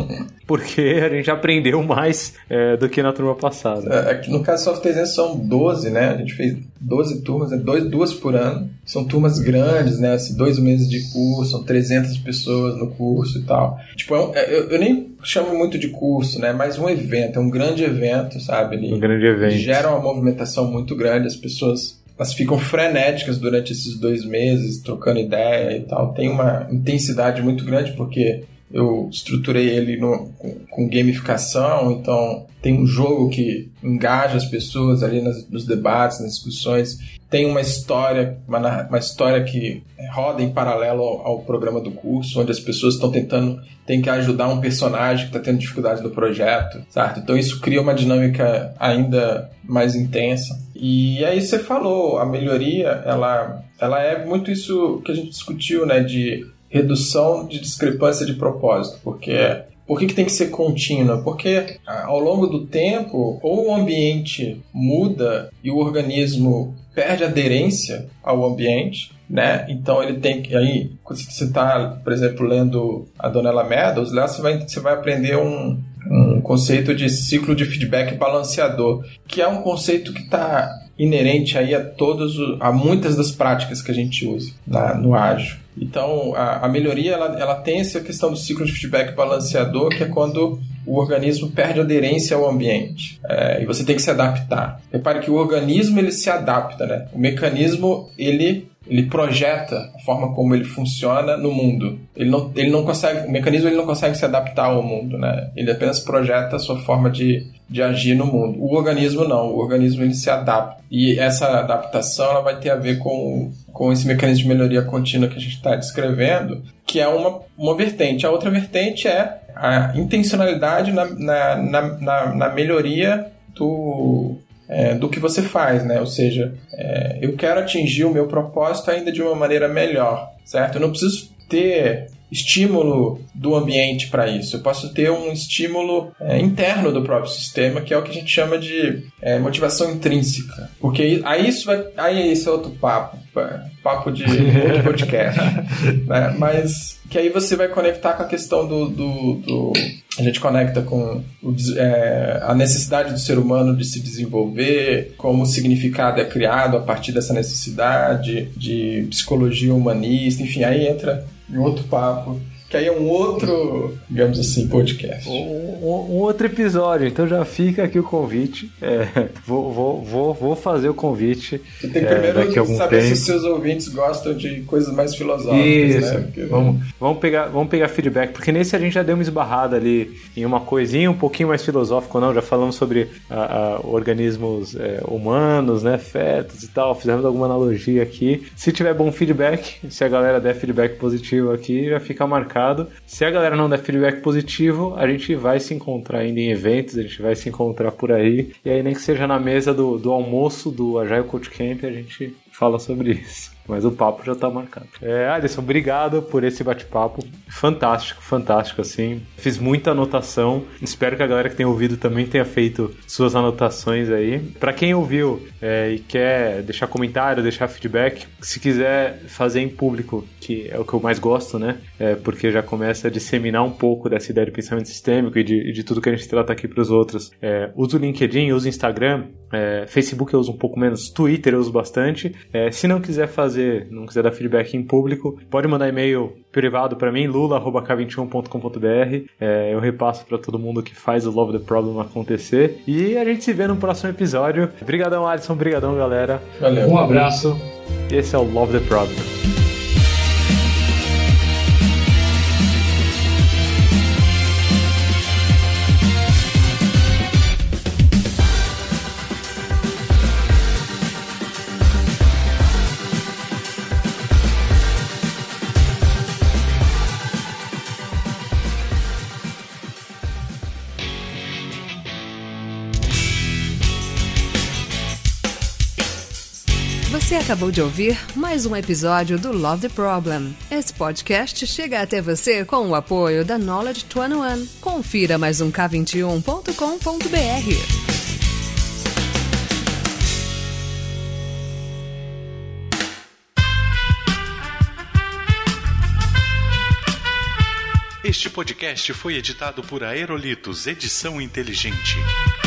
porque a gente aprendeu mais é, do que na turma passada. É, no caso do Software Zen são doze, né? A gente fez doze turmas, né? dois, duas por ano. São turmas grandes, né? Assim, dois meses de curso, são trezentas pessoas no curso e tal. Tipo, é um, é, eu, eu nem chamo muito de curso, né? Mas um evento, é um grande evento, sabe? Ele, um grande evento. Ele gera uma movimentação muito grande, as pessoas... Elas ficam frenéticas durante esses dois meses, trocando ideia e tal. Tem uma intensidade muito grande, porque eu estruturei ele no, com, com gamificação, então tem um jogo que engaja as pessoas ali nas, nos debates, nas discussões. Tem uma história, uma, uma história que roda em paralelo ao, ao programa do curso, onde as pessoas estão tentando, tem que ajudar um personagem que está tendo dificuldade no projeto, certo? Então isso cria uma dinâmica ainda mais intensa. E aí você falou, a melhoria, ela, ela é muito isso que a gente discutiu, né, de redução de discrepância de propósito, porque... Por que que tem que ser contínua? Porque ao longo do tempo, ou o ambiente muda e o organismo perde aderência ao ambiente, né? Então ele tem que... Aí, quando você está, por exemplo, lendo a Donella Meadows, lá você vai, você vai aprender um, um conceito de ciclo de feedback balanceador, que é um conceito que está inerente aí a, todos, a muitas das práticas que a gente usa na, no ágil. Então, a, a melhoria ela, ela tem essa questão do ciclo de feedback balanceador, que é quando o organismo perde aderência ao ambiente. É, e você tem que se adaptar. Repare que o organismo ele se adapta, né? O mecanismo ele, ele projeta a forma como ele funciona no mundo. Ele não, ele não consegue, o mecanismo ele não consegue se adaptar ao mundo, né? Ele apenas projeta a sua forma de, de agir no mundo. O organismo não. O organismo ele se adapta. E essa adaptação ela vai ter a ver com, com esse mecanismo de melhoria contínua que a gente está descrevendo, que é uma, uma vertente. A outra vertente é a intencionalidade na, na, na, na, na melhoria do, é, do que você faz, né? Ou seja, é, eu quero atingir o meu propósito ainda de uma maneira melhor, certo? Eu não preciso ter estímulo do ambiente para isso. Eu posso ter um estímulo é, interno do próprio sistema, que é o que a gente chama de é, motivação intrínseca. Porque aí isso vai... Aí esse é outro papo. Papo de outro podcast. Né? Mas que aí você vai conectar com a questão do... do, do a gente conecta com o, é, a necessidade do ser humano de se desenvolver, como o significado é criado a partir dessa necessidade de psicologia humanista, enfim, aí entra em outro papo, que aí é um outro, digamos assim, podcast. Um, um, um outro episódio, então já fica aqui o convite. É, vou, vou, vou, vou fazer o convite. Você tem é, primeiro saber tempo. Se seus ouvintes gostam de coisas mais filosóficas. Isso. Né? Porque, vamos, vamos, pegar, vamos pegar feedback, porque nesse a gente já deu uma esbarrada ali em uma coisinha um pouquinho mais filosófica, não? Já falamos sobre a, a, organismos é, humanos, né, fetos e tal, fizemos alguma analogia aqui. Se tiver bom feedback, se a galera der feedback positivo aqui, já fica marcado. Se a galera não der feedback positivo, a gente vai se encontrar ainda em eventos, a gente vai se encontrar por aí, e aí nem que seja na mesa do, do almoço do Agile Coach Camp, a gente fala sobre isso. Mas o papo já tá marcado. É, Alisson, obrigado por esse bate-papo. Fantástico, fantástico, assim. Fiz muita anotação. Espero que a galera que tem ouvido também tenha feito suas anotações aí. Pra quem ouviu é, e quer deixar comentário, deixar feedback, se quiser fazer em público, que é o que eu mais gosto, né? É, porque já começa a disseminar um pouco dessa ideia de pensamento sistêmico e de, e de tudo que a gente trata aqui pros outros. É, uso o LinkedIn, uso o Instagram, é, Facebook eu uso um pouco menos, Twitter eu uso bastante. É, se não quiser fazer não quiser dar feedback em público, pode mandar e-mail privado para mim, lula arroba k vinte e um ponto com ponto b r. É, eu repasso para todo mundo que faz o Love the Problem acontecer. E a gente se vê no próximo episódio. Obrigadão, Alisson. Obrigadão, galera. Valeu. Um abraço. Esse é o Love the Problem. Você acabou de ouvir mais um episódio do Love the Problem. Esse podcast chega até você com o apoio da Knowledge vinte e um. Confira mais um K vinte e um ponto com ponto b r. Este podcast foi editado por Aerolitos Edição Inteligente.